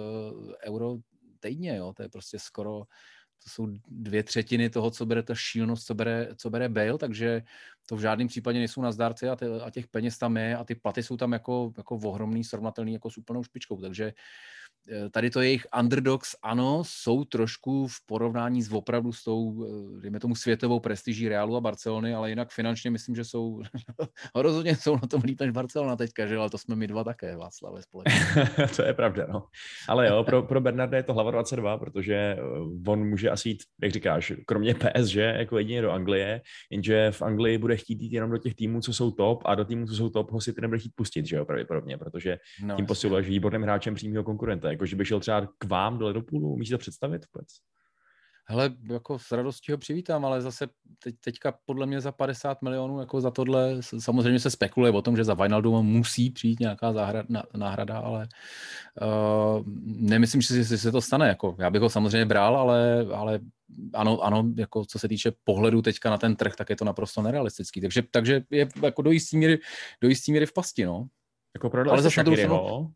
euro týdně, jo. To je prostě skoro, to jsou dvě třetiny toho, co bere ta šílenost, co bere, co bere Bale, takže to v žádném případě nejsou nazdárci a, te, a těch peněz tam je a ty platy jsou tam jako, jako ohromný, srovnatelný jako s úplnou špičkou, takže tady to jejich underdogs, ano, jsou trošku v porovnání s opravdu s tou, dejme tomu, světovou prestiží Realu a Barcelony, ale jinak finančně myslím, že jsou, rozhodně jsou na tom líp než Barcelona teďka, že? Ale to jsme my dva také, Václave, společně. To je pravda, no. Ale jo, pro, pro Bernarda je to hlava dvacet dva, protože on může asi jít, jak říkáš, kromě P S G, jako jedině do Anglie, jenže v Anglii bude chtít jít jenom do těch týmů, co jsou top, a do týmů, co jsou top, ho si ty nebude chtít pustit, že jo, pravděpodobně, protože tím no, posiluješ výborným hráčem přímého konkurenta. Jako, že by šel třeba k vám do Liverpoolu, umíš si to představit vůbec? Hele, jako s radostí ho přivítám, ale zase teď, teďka podle mě za padesát milionů jako za tohle, samozřejmě se spekuluje o tom, že za Wijnalduma musí přijít nějaká záhrad, náhrada, ale uh, nemyslím, že si, se to stane. Jako, já bych ho samozřejmě bral, ale, ale ano, ano, jako co se týče pohledu teďka na ten trh, tak je to naprosto nerealistický. Takže, takže je jako do jistý míry, do jistý míry v pasti, no. Jako prodali jste Shaqiriho?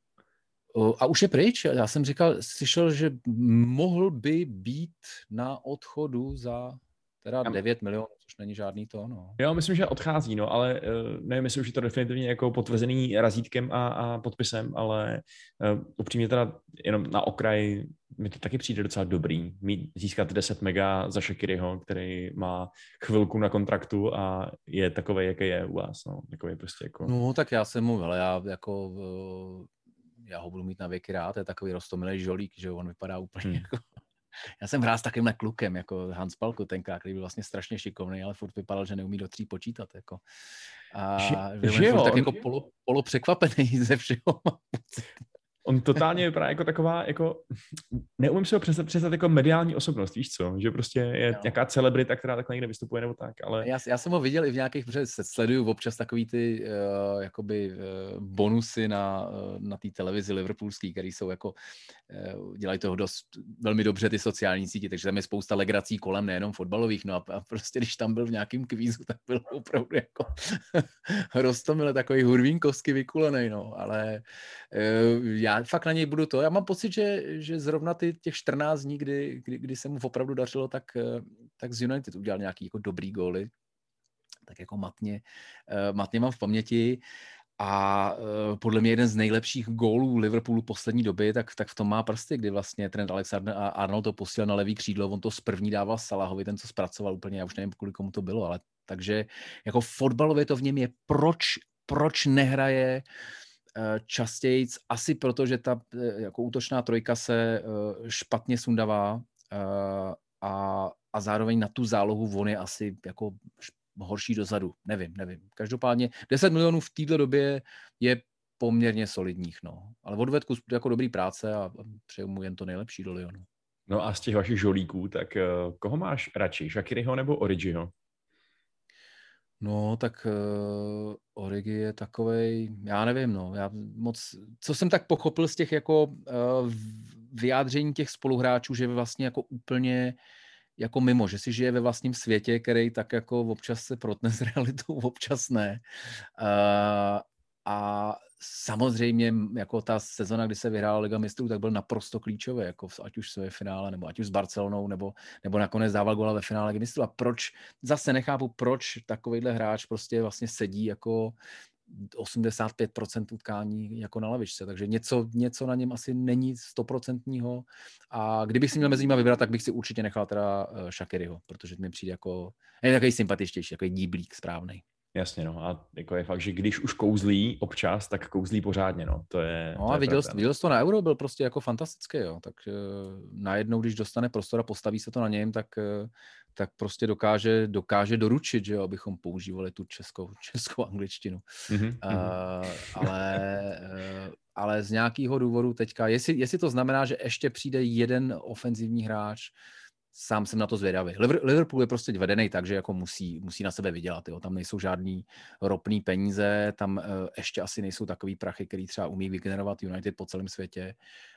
A už je pryč. Já jsem říkal, slyšel, že mohl by být na odchodu za teda devět milionů, což není žádný to, no. Jo, myslím, že odchází, no, ale uh, nevím, jestli už je to definitivně jako potvrzený razítkem a, a podpisem, ale uh, upřímně teda jenom na okraj mi to taky přijde docela dobrý, mít, získat deset mega za Shaqiriho, který má chvilku na kontraktu a je takovej, jaký je u vás, no, takový prostě jako... No, tak já jsem mluvil, já jako... Uh... já ho budu mít na věky rád, je takový roztomilý žolík, že on vypadá úplně hmm. jako... Já jsem hrál s takovýmhle klukem, jako Hans Palku tenkrát, který byl vlastně strašně šikovný, ale furt vypadal, že neumí do tří počítat, jako. A že, že jo, tak on... jako polo, polo překvapený ze všeho. On totálně vypadá jako taková, jako, neumím si ho představit, představit jako mediální osobnost, víš co, že prostě je no. nějaká celebrita, která takhle někde vystupuje nebo tak, ale... Já, já jsem ho viděl i v nějakých, protože sleduju občas takový ty uh, jakoby uh, bonusy na, uh, na té televizi liverpoolský, který jsou jako, uh, dělají toho dost velmi dobře ty sociální sítě, takže tam je spousta legrací kolem, nejenom fotbalových, no a, a prostě když tam byl v nějakým kvízu, tak byl opravdu jako roztomile takový hurvínkovsky vykulený, no, ale uh, já fakt na něj budu to. Já mám pocit, že, že zrovna ty těch čtrnáct dní, kdy, kdy, kdy se mu opravdu dařilo, tak, tak z United udělal nějaký jako dobrý góly. Tak jako matně, matně mám v paměti. A podle mě jeden z nejlepších gólů Liverpoolu poslední doby, tak, tak v tom má prsty, kdy vlastně Trent Alexander-Arnold to posílal na levý křídlo, on to z první dával Salahovi, ten, co zpracoval úplně, já už nevím, kvůli komu to bylo, ale takže jako fotbalově to v něm je, proč, proč nehraje častěji, asi proto, že ta jako útočná trojka se špatně sundává a, a zároveň na tu zálohu on je asi jako horší dozadu. Nevím, nevím. Každopádně deset milionů v této době je poměrně solidních, no. Ale odvedl kus jako dobrý práce a přeju mu jen to nejlepší do Lyonu. No a z těch vašich žolíků, tak uh, koho máš radši? Shaqiriho nebo Origiho? No, tak uh, Origi je takovej, já nevím, no, já moc, co jsem tak pochopil z těch jako uh, vyjádření těch spoluhráčů, že je vlastně jako úplně jako mimo, že si žije ve vlastním světě, který tak jako občas se protne s realitou, občas ne. Uh, a samozřejmě jako ta sezona, kdy se vyhrála Liga mistrů, tak byl naprosto klíčový, jako ať už své finále, nebo ať už s Barcelonou, nebo, nebo nakonec dával góla ve finále Ligy mistrů. A proč, zase nechápu, proč takovejhle hráč prostě vlastně sedí jako osmdesát pět procent utkání jako na lavičce, takže něco, něco na něm asi není stoprocentního a kdybych si měl mezi nimi vybrat, tak bych si určitě nechal teda Shaqiriho, protože mi přijde jako, je takový sympatičtější, takový díblík správnej. Jasně, no a jako je fakt, že když už kouzlí občas, tak kouzlí pořádně, no, to je... No to a je viděl, pravda, viděl jsi to na Euro, byl prostě jako fantastický, jo, tak uh, najednou, když dostane prostor a postaví se to na něm, tak, uh, tak prostě dokáže, dokáže doručit, že jo, abychom používali tu českou, českou angličtinu. Mm-hmm. Uh, ale, uh, ale z nějakého důvodu teďka, jestli, jestli to znamená, že ještě přijde jeden ofenzivní hráč, sám jsem na to zvědavý. Liverpool je prostě vedený tak, že jako musí, musí na sebe vydělat. Jo. Tam nejsou žádný ropný peníze, tam uh, ještě asi nejsou takový prachy, který třeba umí vygenerovat United po celém světě.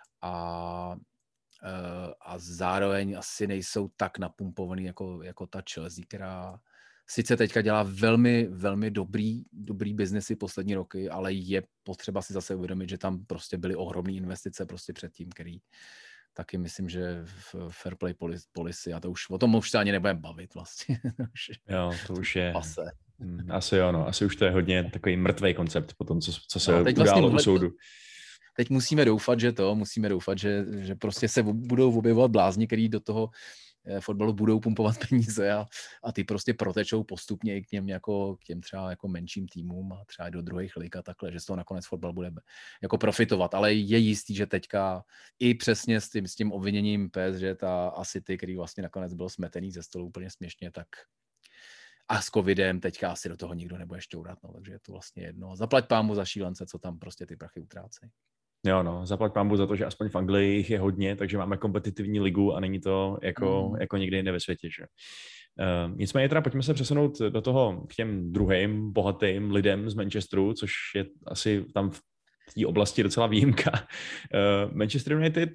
A, uh, a zároveň asi nejsou tak napumpovaný jako, jako ta Chelsea, která sice teďka dělá velmi, velmi dobrý, dobrý biznesy poslední roky, ale je potřeba si zase uvědomit, že tam prostě byly ohromné investice prostě předtím, který taky myslím, že v fair play policy, a to už, o tom už se ani nebudeme bavit vlastně. Jo, to už je... Pase. Asi jo, no. Asi už to je hodně takový mrtvý koncept po tom, co, co se no, událo vlastně u soudu. Teď musíme doufat, že to, musíme doufat, že, že prostě se budou objevovat blázni, který do toho fotbalu budou pumpovat peníze a, a ty prostě protečou postupně i k něm jako, k těm třeba jako menším týmům a třeba do druhých lig a takhle, že z toho nakonec fotbal bude jako profitovat, ale je jistý, že teďka i přesně s tím, s tím obviněním P S G ta a City, který vlastně nakonec byl smetený ze stolu úplně směšně, tak a s covidem teďka asi do toho nikdo nebude šťourat, no, takže je to vlastně jedno. Zaplať pámu za šílence, co tam prostě ty prachy utrácejí. Jo, no, zaplať pánbu za to, že aspoň v Anglii jich je hodně, takže máme kompetitivní ligu a není to jako, mm. jako nikde jinde ve světě, že? Uh, nicméně teda pojďme se přesunout do toho k těm druhým bohatým lidem z Manchesteru, což je asi tam v té oblasti docela výjimka. Uh, Manchester United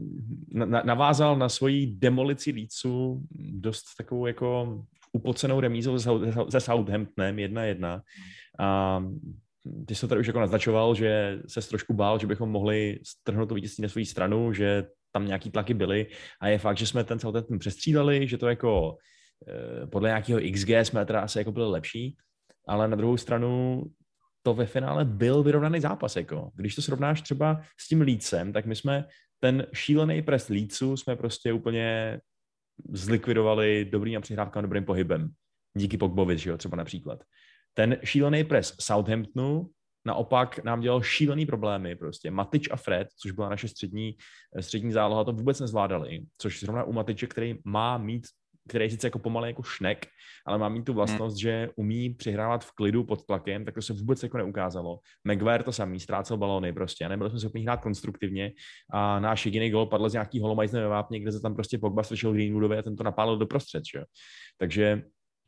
na- navázal na svoji demolici Leedsu dost takovou jako upocenou remízou se Southamptonem jedna jedna. A ty jsi to tady už jako naznačoval, že ses trošku bál, že bychom mohli strhnout to vítězství na svou stranu, že tam nějaký tlaky byly a je fakt, že jsme ten Southampton přestřídali, že to jako podle nějakého X G jsme teda asi jako byli lepší, ale na druhou stranu to ve finále byl vyrovnaný zápas. Jako. Když to srovnáš třeba s tím Leedsem, tak my jsme ten šílený pres Leedsu jsme prostě úplně zlikvidovali dobrým přihrávkám, dobrým pohybem. Díky Pogbovi, že jo, třeba například. Ten šílený pres Southamptonu naopak nám dělal šílený problémy prostě. Matič a Fred, což byla naše střední, střední záloha, to vůbec nezvládali, což zrovna u Matiče, který má mít, který je sice jako pomalý jako šnek, ale má mít tu vlastnost, hmm. že umí přihrávat v klidu pod tlakem, tak to se vůbec jako neukázalo. Maguire to samý, ztrácel balóny prostě, nebyli jsme schopni hrát konstruktivně a náš jediný gol padl z nějaký holomajzné ve vápně, kde se tam prostě Pogba strčil Greenwoodovi a ten to napálil do prostřed, že? Takže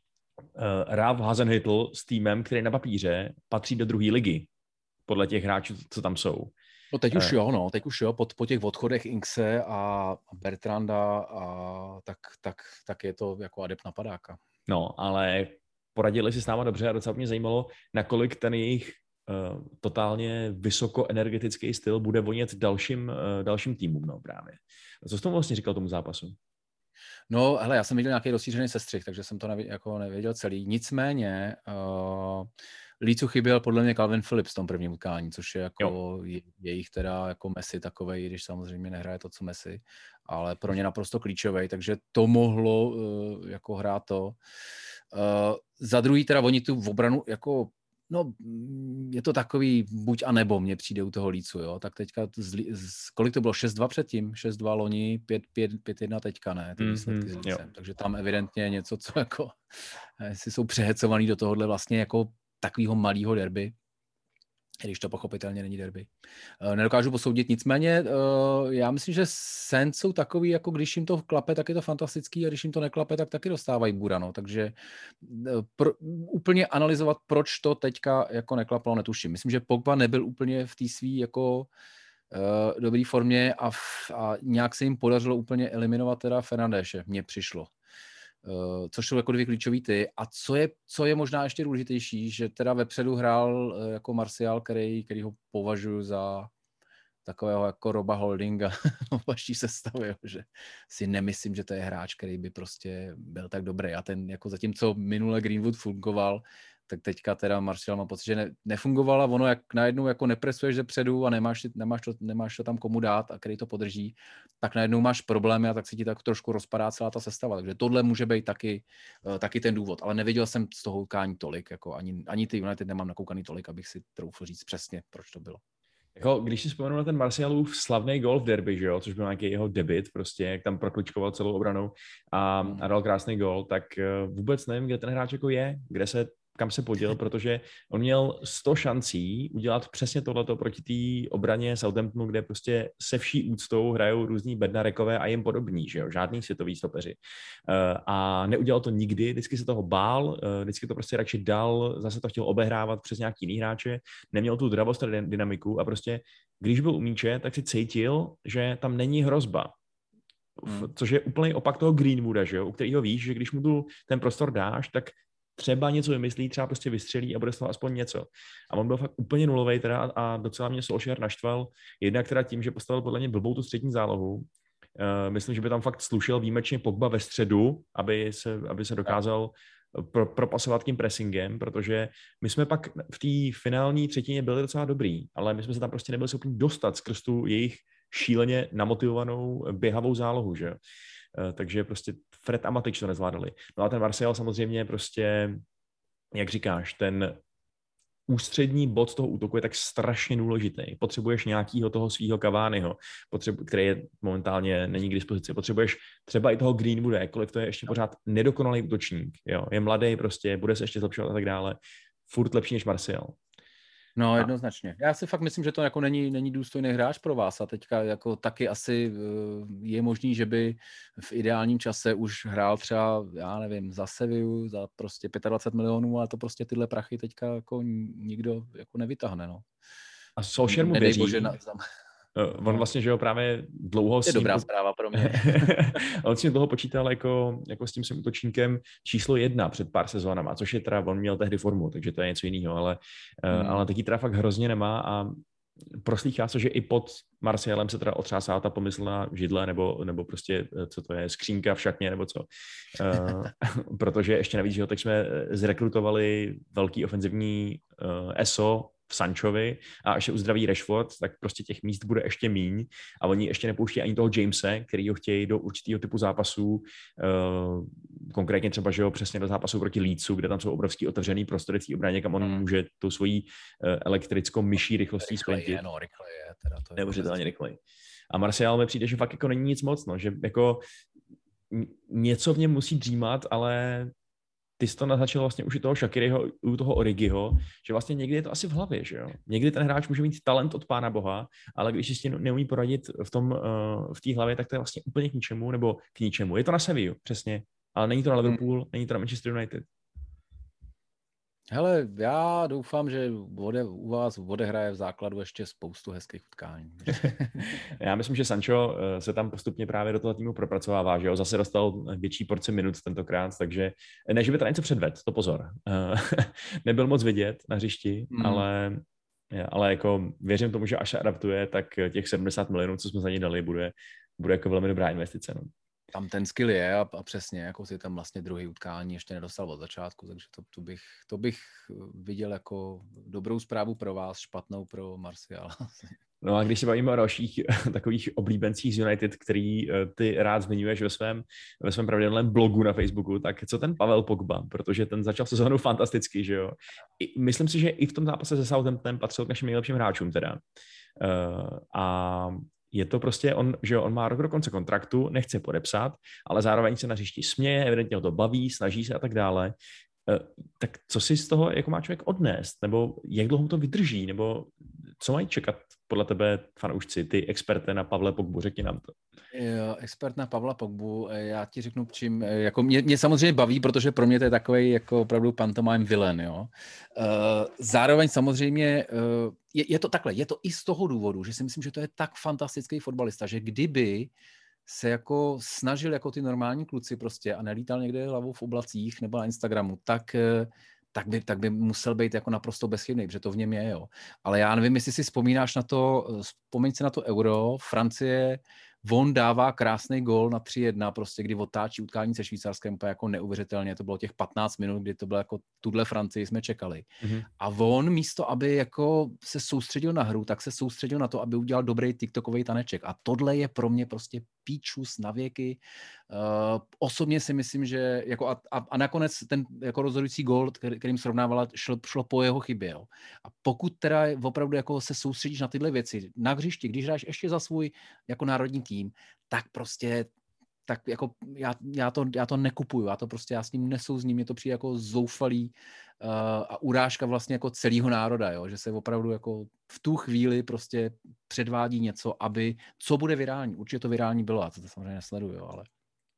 Uh, Ralf Hasenhüttl s týmem, který na papíře patří do druhé ligy, podle těch hráčů, co tam jsou. No teď už uh, jo, no, teď už jo, po, po těch odchodech Inkse a Bertranda a tak, tak, tak je to jako adept napadáka. No, ale poradili si s náma dobře a docela mě zajímalo, nakolik ten jejich uh, totálně vysokoenergetický styl bude vonět dalším, uh, dalším týmům, no právě. Co jsi tomu vlastně říkal tomu zápasu? No, hele, já jsem viděl nějaký rozšířený sestřih, takže jsem to nevěděl, jako nevěděl celý. Nicméně uh, Leedsu chyběl podle mě Calvin Phillips v tom prvním utkání, což je jako je, jejich teda jako Messi takovej, když samozřejmě nehraje to, co Messi, ale pro ně naprosto klíčový, takže to mohlo uh, jako hrát to. Uh, za druhý teda oni tu v obranu jako no, je to takový buď a nebo, mně přijde u toho Leedsu, jo, tak teďka, z, z, kolik to bylo, šest dva předtím, šest dva loni, pět jedna teďka, ne, ty výsledky mm-hmm, s Leedsem, takže tam evidentně něco, co jako, jestli jsou přehecovaný do tohohle vlastně jako takového malého derby, když to pochopitelně není derby. Nedokážu posoudit, nicméně já myslím, že Saints jsou takový, jako když jim to klape, tak je to fantastický a když jim to neklape, tak taky dostávají burano, takže pro, úplně analyzovat, proč to teďka jako neklapalo, netuším. Myslím, že Pogba nebyl úplně v té svý jako uh, dobrý formě a, v, a nějak se jim podařilo úplně eliminovat teda Fernandéše, mně přišlo. Uh, což jsou jako dvě klíčový ty. A co je, co je možná ještě důležitější, že teda vepředu hrál uh, jako Martial, který, který ho považuji za takového jako Roba Holdinga v vaší sestavě, že si nemyslím, že to je hráč, který by prostě byl tak dobrý. A ten jako zatímco minule Greenwood fungoval, tak teďka teda Martial mám pocit, že ne, nefungoval a ono jak najednou jako nepresuješ zepředu a nemáš, nemáš, to, nemáš to tam komu dát a který to podrží, tak najednou máš problémy a tak se ti tak trošku rozpadá celá ta sestava. Takže tohle může být taky, uh, taky ten důvod. Ale neviděl jsem z toho utkání tolik, jako ani, ani ty United nemám nakoukaný tolik, abych si troufl říct přesně, proč to bylo. Jako, když si vzpomenu na ten Martialův slavný gol v derby, že jo, což byl nějaký jeho debut, prostě, jak tam prokličkoval celou obranou a, a dal krásný gol, tak uh, vůbec nevím, kde ten hráč jako je, kde se kam se poděl, protože on měl sto šancí udělat přesně tohleto proti té obraně Southamptonu, kde prostě se vší úctou hrajou různý Bednarekové a jim podobní, že jo, žádný světový stopeři. A neudělal to nikdy, vždycky se toho bál, vždycky to prostě radši dal, zase to chtěl obehrávat přes nějaký jiný hráče, neměl tu dravost a dynamiku a prostě, když byl u míče, tak si cítil, že tam není hrozba. Hmm. Což je úplný opak toho Greenwooda, že jo, u kterého víš, že když mu tu ten prostor dáš, tak třeba něco vymyslí, třeba prostě vystřelí a bude z toho aspoň něco. A on byl fakt úplně nulovej teda a docela mě Solskjaer naštval, jednak teda tím, že postavil podle mě blbou tu střední zálohu. Uh, myslím, že by tam fakt slušel výjimečně Pogba ve středu, aby se, aby se dokázal pro, propasovat tím pressingem, protože my jsme pak v té finální třetině byli docela dobrý, ale my jsme se tam prostě nebyli schopni dostat skrz tu jejich šíleně namotivovanou běhavou zálohu, že jo. Takže prostě Fred a Matič to nezvládali. No a ten Martial samozřejmě prostě, jak říkáš, ten ústřední bod toho útoku je tak strašně důležitý. Potřebuješ nějakýho toho svýho Cavaniho, potřebu, který je momentálně není k dispozici. Potřebuješ třeba i toho Greenwooda, jakkoliv to je ještě pořád nedokonalý útočník. Jo? Je mladý prostě, bude se ještě zlepšovat a tak dále. Furt lepší než Martial. No, A, jednoznačně. Já si fakt myslím, že to jako není, není důstojný hráč pro vás a teďka jako taky asi je možný, že by v ideálním čase už hrál třeba, já nevím, za Sevillu, za prostě dvacet pět milionů, ale to prostě tyhle prachy teďka jako nikdo jako nevytáhne, no. a Solskjaer mu Nedej bože věří. na, Uh, on no. vlastně, že jo, právě dlouho To je s ním... dobrá zpráva pro mě. On s ním dlouho počítal jako, jako s tím svým útočníkem číslo jedna před pár sezónama, což je teda, on měl tehdy formu, takže to je něco jiného, ale, hmm. uh, ale taky teda fakt hrozně nemá a proslýchá se, že i pod Martialem se teda otřásá ta pomyslná židle, nebo, nebo prostě, co to je, skřínka v šatně, nebo co. Uh, protože ještě navíc, že jo, tak jsme zrekrutovali velký ofenzivní uh, E S O v Sanchovi a až se uzdraví Rashford, tak prostě těch míst bude ještě míň a oni ještě nepouští ani toho Jamese, který ho chtějí do určitého typu zápasů, uh, konkrétně třeba, že jo, přesně do zápasu proti Leedsu, kde tam jsou obrovský otevřený prostory v té obraně, kam on hmm. může tou svojí uh, elektrickou myší rychlostí sprintit. No, rychle je, teda to je neuvěřitelně rychlej. A Martial mi přijde, že fakt jako není nic moc, no, že jako něco v něm musí dřímat, ale ty jsi to naznačil vlastně už u toho Shaqiriho, u toho Origiho, že vlastně někdy je to asi v hlavě, že jo. Někdy ten hráč může mít talent od Pána Boha, ale když si s tím neumí poradit v tom, uh, v té hlavě, tak to je vlastně úplně k ničemu, nebo k ničemu. Je to na Sevillu, přesně, ale není to na Liverpool, hmm. není to na Manchester United. Hele, já doufám, že ode, u vás odehraje v základu ještě spoustu hezkých utkání. Já myslím, že Sancho se tam postupně právě do toho týmu propracovává, že jo, zase dostal větší porci minut tentokrát, takže ne, že by to něco předvedl, to pozor. Nebyl moc vidět na hřišti, hmm. ale, ale jako věřím tomu, že až se adaptuje, tak těch sedmdesát milionů, co jsme za něj dali, bude, bude jako velmi dobrá investice. No. Tam ten skill je a, a přesně, jako si tam vlastně druhý utkání ještě nedostal od začátku, takže to, to, bych, to bych viděl jako dobrou zprávu pro vás, špatnou pro Martiala. No a když se bavíme o dalších takových oblíbencích z United, který ty rád zmiňuješ ve svém, ve svém pravidelném blogu na Facebooku, tak co ten Pavel Pogba, protože ten začal sezónu fantasticky, že jo. I, myslím si, že i v tom zápase se Southamptonem patřil k našim nejlepším hráčům teda. Uh, a je to prostě, on, že jo, on má rok do konce kontraktu, nechce podepsat, ale zároveň se na hřišti směje, evidentně ho to baví, snaží se a tak dále. Uh, tak co si z toho jako má člověk odnést? Nebo jak dlouho to vydrží? Nebo co mají čekat podle tebe fanoušci, ty experté na Pavle Pogbu, řekni nám to. Jo, expert na Pavla Pogbu, já ti řeknu, čím, jako mě, mě samozřejmě baví, protože pro mě to je takový jako opravdu pantomime villain, jo. Zároveň samozřejmě je, je to takhle, je to i z toho důvodu, že si myslím, že to je tak fantastický fotbalista, že kdyby se jako snažil jako ty normální kluci prostě a nelítal někde hlavou v oblacích nebo na Instagramu, tak tak by, tak by musel být jako naprosto bezchybný, protože to v něm je, jo. Ale já nevím, jestli si vzpomínáš na to, vzpomeň si na to Euro, Francie, on dává krásný gól na tři jedna, prostě kdy otáčí utkání se Švýcarskem, jako neuvěřitelně, to bylo těch patnáct minut, kdy to bylo jako tuhle Francii jsme čekali. Mm-hmm. A on místo, aby jako se soustředil na hru, tak se soustředil na to, aby udělal dobrý TikTokový taneček. A tohle je pro mě prostě píčus na věky. Uh, osobně si myslím, že jako a, a, a nakonec ten jako rozhodující gól, který, kterým srovnávala, šlo, šlo po jeho chybě. Jo. A pokud teda opravdu jako se soustředíš na tyhle věci na hřišti, když hráš ještě za svůj jako národní tým, tak prostě tak jako já, já, to, já to nekupuju, já to prostě já s ním nesouzním, mě to přijde jako zoufalý uh, a urážka vlastně jako celého národa, jo, že se opravdu jako v tu chvíli prostě předvádí něco, aby, co bude virální, určitě to virální bylo, a to, to samozřejmě nesleduju, jo, ale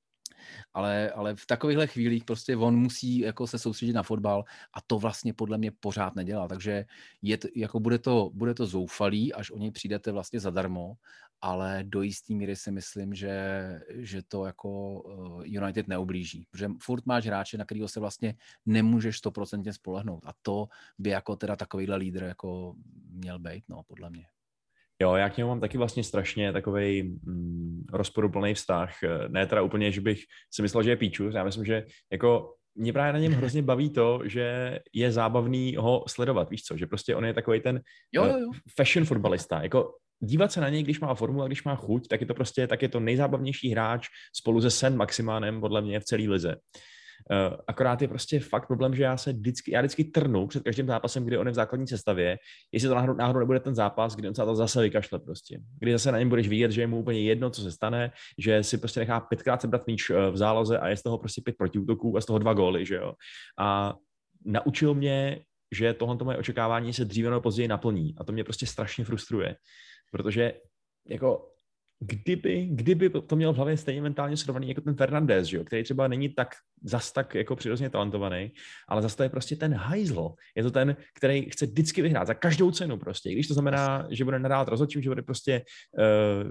Ale, ale v takovýchhle chvílích prostě on musí jako se soustředit na fotbal a to vlastně podle mě pořád nedělá, takže je to, jako bude, to, bude to zoufalý, až o něj přijdete vlastně zadarmo, ale do jistý míry si myslím, že, že to jako United neublíží, protože furt máš hráče, na kterého se vlastně nemůžeš stoprocentně spolehnout a to by jako teda takovýhle lídr jako měl být, no, podle mě. Jo, já k němu mám taky vlastně strašně takovej mm, rozporuplný vztah. Ne teda úplně, že bych si myslel, že je píčus. Já myslím, že jako mě právě na něm hrozně baví to, že je zábavný ho sledovat, víš co? Že prostě on je takovej ten jo, jo, jo. fashion fotbalista. Jako dívat se na něj, když má formu a když má chuť, tak je to prostě tak je to nejzábavnější hráč spolu se Sen Maximánem podle mě v celé lize. Uh, akorát je prostě fakt problém, že já se vždycky, já vždycky trnu před každým zápasem, kdy on je v základní sestavě, jestli to náhodou, náhodou nebude ten zápas, kdy on se to zase vykašle prostě. Kdy zase na něm budeš vidět, že je mu úplně jedno, co se stane, že si prostě nechá pětkrát sebrat míč v záloze a je z toho prostě pět protiútoků a z toho dva góly, že jo. A naučil mě, že tohle moje očekávání se dříve nebo později naplní a to mě prostě strašně frustruje, protože jako kdyby, kdyby to měl v hlavě stejně mentálně srovnaný jako ten Fernandez, že jo, který třeba není tak zas tak jako přirozeně talentovaný, ale zase to je prostě ten hajzl. Je to ten, který chce vždycky vyhrát za každou cenu prostě. I když to znamená, že bude nadávat rozhodčím, že bude prostě uh,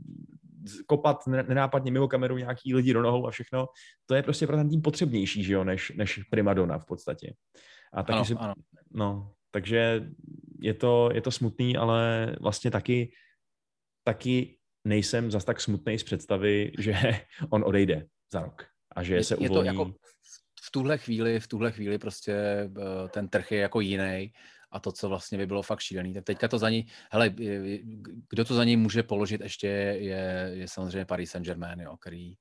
kopat nenápadně mimo kameru nějaký lidi do nohou a všechno, to je prostě pro ten tým potřebnější, že jo, než, než primadona v podstatě. A taky ano, si, ano. no, takže je to, je to smutný, ale vlastně taky, taky nejsem zas tak smutnej z představy, že on odejde za rok a že je, se je uvolní. To jako v tuhle chvíli, v tuhle chvíli prostě ten trh je jako jiný a to, co vlastně by bylo fakt šílený. Tak teďka to za ní, hele, kdo to za ní může položit ještě je, je samozřejmě Paris Saint-Germain, jo, který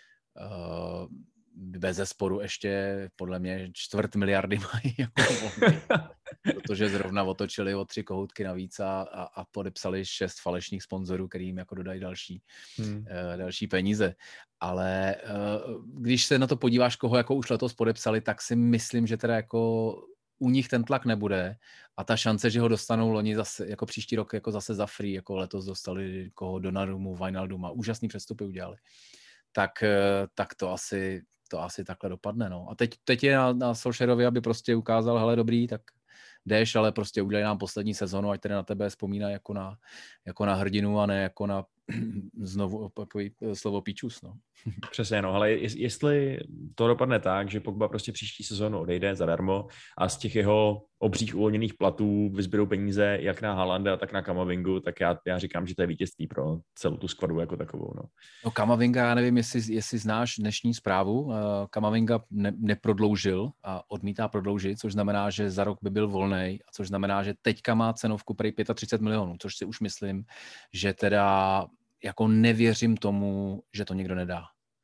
uh, bez zesporu ještě podle mě čtvrt miliardy mají jako volný, protože zrovna otočili o tři kohoutky navíc a, a, a podepsali šest falešných sponzorů, který jim jako dodají další, hmm. uh, další peníze. Ale uh, když se na to podíváš, koho jako už letos podepsali, tak si myslím, že teda jako u nich ten tlak nebude a ta šance, že ho dostanou loni zase, jako příští rok jako zase za free, jako letos dostali koho Donnarumu, Wijnalduma, úžasný přestupy udělali, tak, tak to asi to asi takhle dopadne, no. A teď, teď je na, na Solskjaerovi, aby prostě ukázal, hele, dobrý, tak jdeš, ale prostě udělej nám poslední sezonu, ať tedy na tebe vzpomíná jako na, jako na hrdinu a ne jako na znovu opakují slovo píčus, no. Přesně, no, ale jestli to dopadne tak, že Pogba prostě příští sezónu odejde zadarmo a z těch jeho obřích uvolněných platů vyzběrou peníze jak na Haalanda, tak na Kamavingu, tak já, já říkám, že to je vítězství pro celou tu skvadu jako takovou, no. No Kamavinga, já nevím, jestli, jestli znáš dnešní zprávu, Kamavinga ne, neprodloužil a odmítá prodloužit, což znamená, že za rok by byl volnej, a což znamená, že teďka má cenovku prý třicet pět milionů, což si už myslím, že teda jako nevěřím tomu, že to někdo nedá.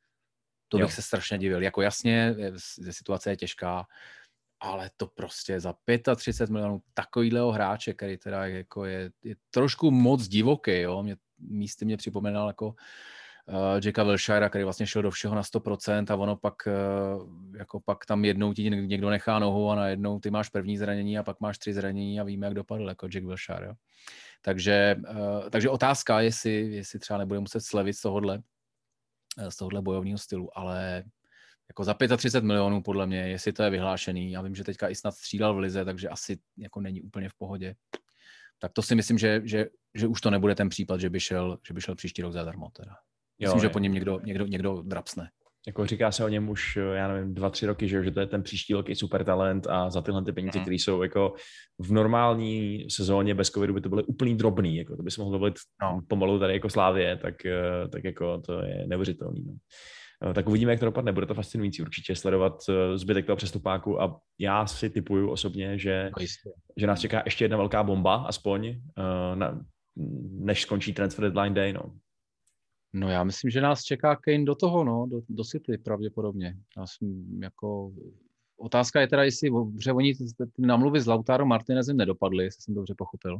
To bych jo. se strašně divil. Jako jasně, situace je těžká, ale to prostě za třicet pět milionů takovýhleho hráče, který teda jako je, je trošku moc divoký, jo. Mě, místy mě připomínal jako uh, Jacka Wilshirea, který vlastně šel do všeho na sto procent a ono pak uh, jako pak tam jednou ti někdo nechá nohu a najednou ty máš první zranění a pak máš tři zranění a víme, jak dopadl jako Jack Wilshere, jo. Takže, uh, takže otázka, jestli, jestli třeba nebude muset slevit z tohohle, z tohohle bojovního stylu, ale jako za třicet pět milionů podle mě, jestli to je vyhlášený, já vím, že teďka i snad střídal v lize, takže asi jako není úplně v pohodě, tak to si myslím, že, že, že už to nebude ten případ, že by šel, že by šel příští rok zadarmo teda. Myslím, jo, že po něm někdo, někdo, někdo drapsne. Jako říká se o něm už, já nevím, dva, tři roky, že, že to je ten příští velký super talent a za tyhle ty peníze, mm. které jsou jako v normální sezóně bez covidu by to byly úplný drobný, jako to by se mohlo dovolit no. pomalu tady jako Slávě, tak, tak jako to je neuvěřitelný. No. Tak uvidíme, jak to dopadne. Bude to fascinující určitě sledovat zbytek toho přestupáku a já si typuju osobně, že, no že nás čeká ještě jedna velká bomba, aspoň, než skončí transfer deadline day, no. No já myslím, že nás čeká Kane do toho, no, do, do City pravděpodobně. Já jsem jako... Otázka je teda, jestli že oni ty namluvy s Lautaro Martinezem nedopadly, jestli jsem dobře pochopil.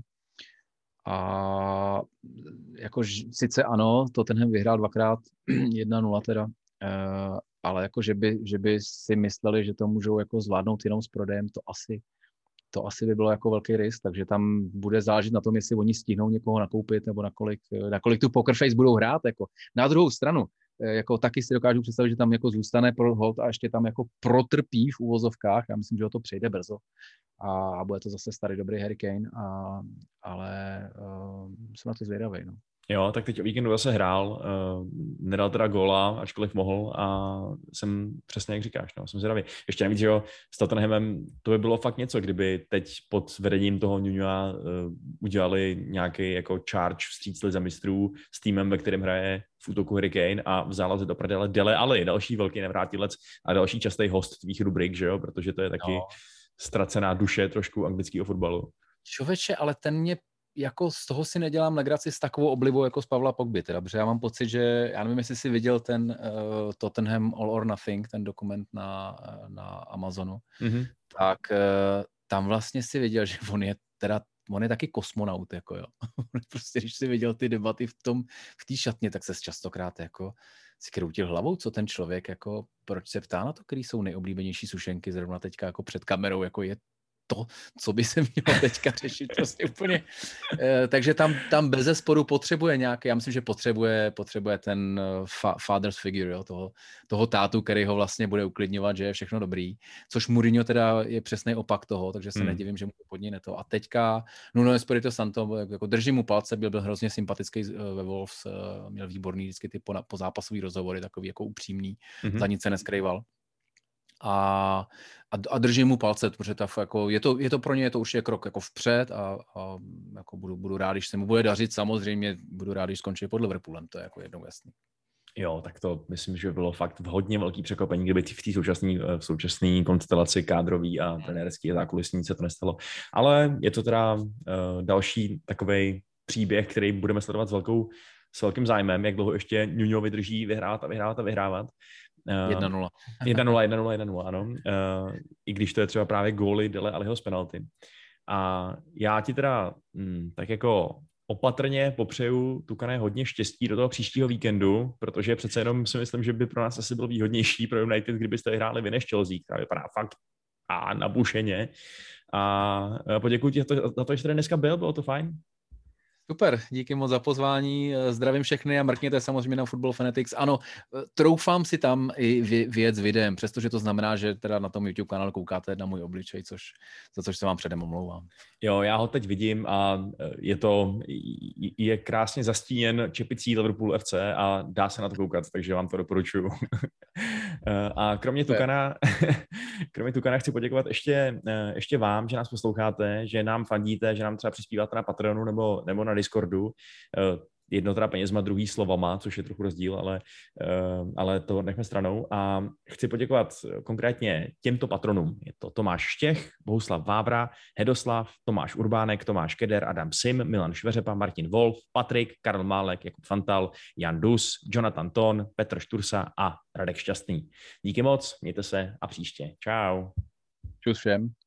A jako sice ano, Tottenham vyhrál dvakrát jedna nula teda, ale jako že by, že by si mysleli, že to můžou jako zvládnout jenom s prodejem, to asi to asi by bylo jako velký risk, takže tam bude záležet na tom, jestli oni stihnou někoho nakoupit, nebo nakolik, nakolik tu poker face budou hrát. Jako. Na druhou stranu, jako taky si dokážu představit, že tam jako zůstane pro Holt a ještě tam jako protrpí v uvozovkách. Já myslím, že o to přejde brzo a bude to zase starý dobrý Harry Kane, a, ale uh, jsem na to zvědavý. No. Jo, tak teď o víkendu zase hrál, uh, nedal teda góla, ačkoliv mohl a jsem přesně jak říkáš, no, jsem zvědavý. Ještě navíc, že jo, s Tottenhamem to by bylo fakt něco, kdyby teď pod vedením toho Nunua uh, udělali nějaký jako charge vstříc Lize mistrů s týmem, ve kterém hraje v útoku Harry Kane a vzala se do prdele Dele Alli, další velký nevrátilec a další častý host tvých rubrik, že jo, protože to je taky no. ztracená duše trošku anglického fotbalu. Člověče, ale ten mě jako z toho si nedělám legraci s takovou oblibou jako z Pavla Pogby, teda, protože já mám pocit, že já nevím, jestli jsi viděl ten uh, Tottenham All or Nothing, ten dokument na, na Amazonu, mm-hmm. tak uh, tam vlastně si viděl, že on je teda, on je taky kosmonaut, jako jo. Prostě když si viděl ty debaty v tom, v té šatně, tak se častokrát jako si kroutil hlavou, co ten člověk, jako proč se ptá na to, který jsou nejoblíbenější sušenky zrovna teďka jako před kamerou, jako je to, co by se mělo teďka řešit prostě úplně. Takže tam, tam bezesporu potřebuje nějaký, já myslím, že potřebuje, potřebuje ten fa- father's figure, jo, toho, toho tátu, který ho vlastně bude uklidňovat, že je všechno dobrý, což Mourinho teda je přesný opak toho, takže se hmm. nedivím, že mu to podnikne to. A teďka Nuno Espirito Santo, jako držím mu palce, byl, byl hrozně sympatický ve Wolves, měl výborný vždycky ty po, po zápasový rozhovory, takový jako upřímný, hmm. za nic se neskrýval. A, a, a držím mu palce, protože ta, jako, je, to, je to pro ně je to už je krok jako vpřed a, a jako budu, budu rád, když se mu bude dařit, samozřejmě budu rád, když skončí pod Liverpoolem, to je jako jednou jasný. Jo, tak to myslím, že bylo fakt hodně velký překvapení, kdyby v té současné v současné konstelaci kádrový a trenérský a zákulisní se to nestalo. Ale je to teda uh, další takovej příběh, který budeme sledovat s, velkou, s velkým zájmem, jak dlouho ještě Nuno vydrží vyhrávat a vyhrávat a vyhrávat. jedna nula. jedna nula, jedna nula, jedna nula, ano. Uh, I když to je třeba právě góly Dele Alliho z penalty. A já ti teda hm, tak jako opatrně popřeju Tukané hodně štěstí do toho příštího víkendu, protože přece jenom si myslím, že by pro nás asi bylo výhodnější pro United, kdybyste vyhráli vy než Chelsea, která vypadá fakt a nabušeně. A poděkuji ti za to, že tady dneska byl, bylo to fajn. Super, díky moc za pozvání, zdravím všechny a mrkněte samozřejmě na Football Fanatics. Ano, troufám si tam i vyjet s videem, přestože to znamená, že teda na tom YouTube kanálu koukáte na můj obličej, což, za což se vám předem omlouvám. Jo, já ho teď vidím a je to, je krásně zastíněn čepicí Liverpool F C a dá se na to koukat, takže vám to doporučuju. A kromě Tukana, kromě Tukana chci poděkovat ještě, ještě vám, že nás posloucháte, že nám fandíte, že nám třeba přispíváte na Patreonu nebo, nebo na Discordu. Jedno teda penězma, druhý slovama, což je trochu rozdíl, ale, ale to nechme stranou. A chci poděkovat konkrétně těmto patronům. Je to Tomáš Štěch, Bohuslav Vávra, Hedoslav, Tomáš Urbánek, Tomáš Keder, Adam Sim, Milan Šveřepa, Martin Wolf, Patrik, Karl Málek, Jakub Fantal, Jan Dus, Jonathan Ton, Petr Štursa a Radek Šťastný. Díky moc, mějte se a příště. Čau. Čus všem.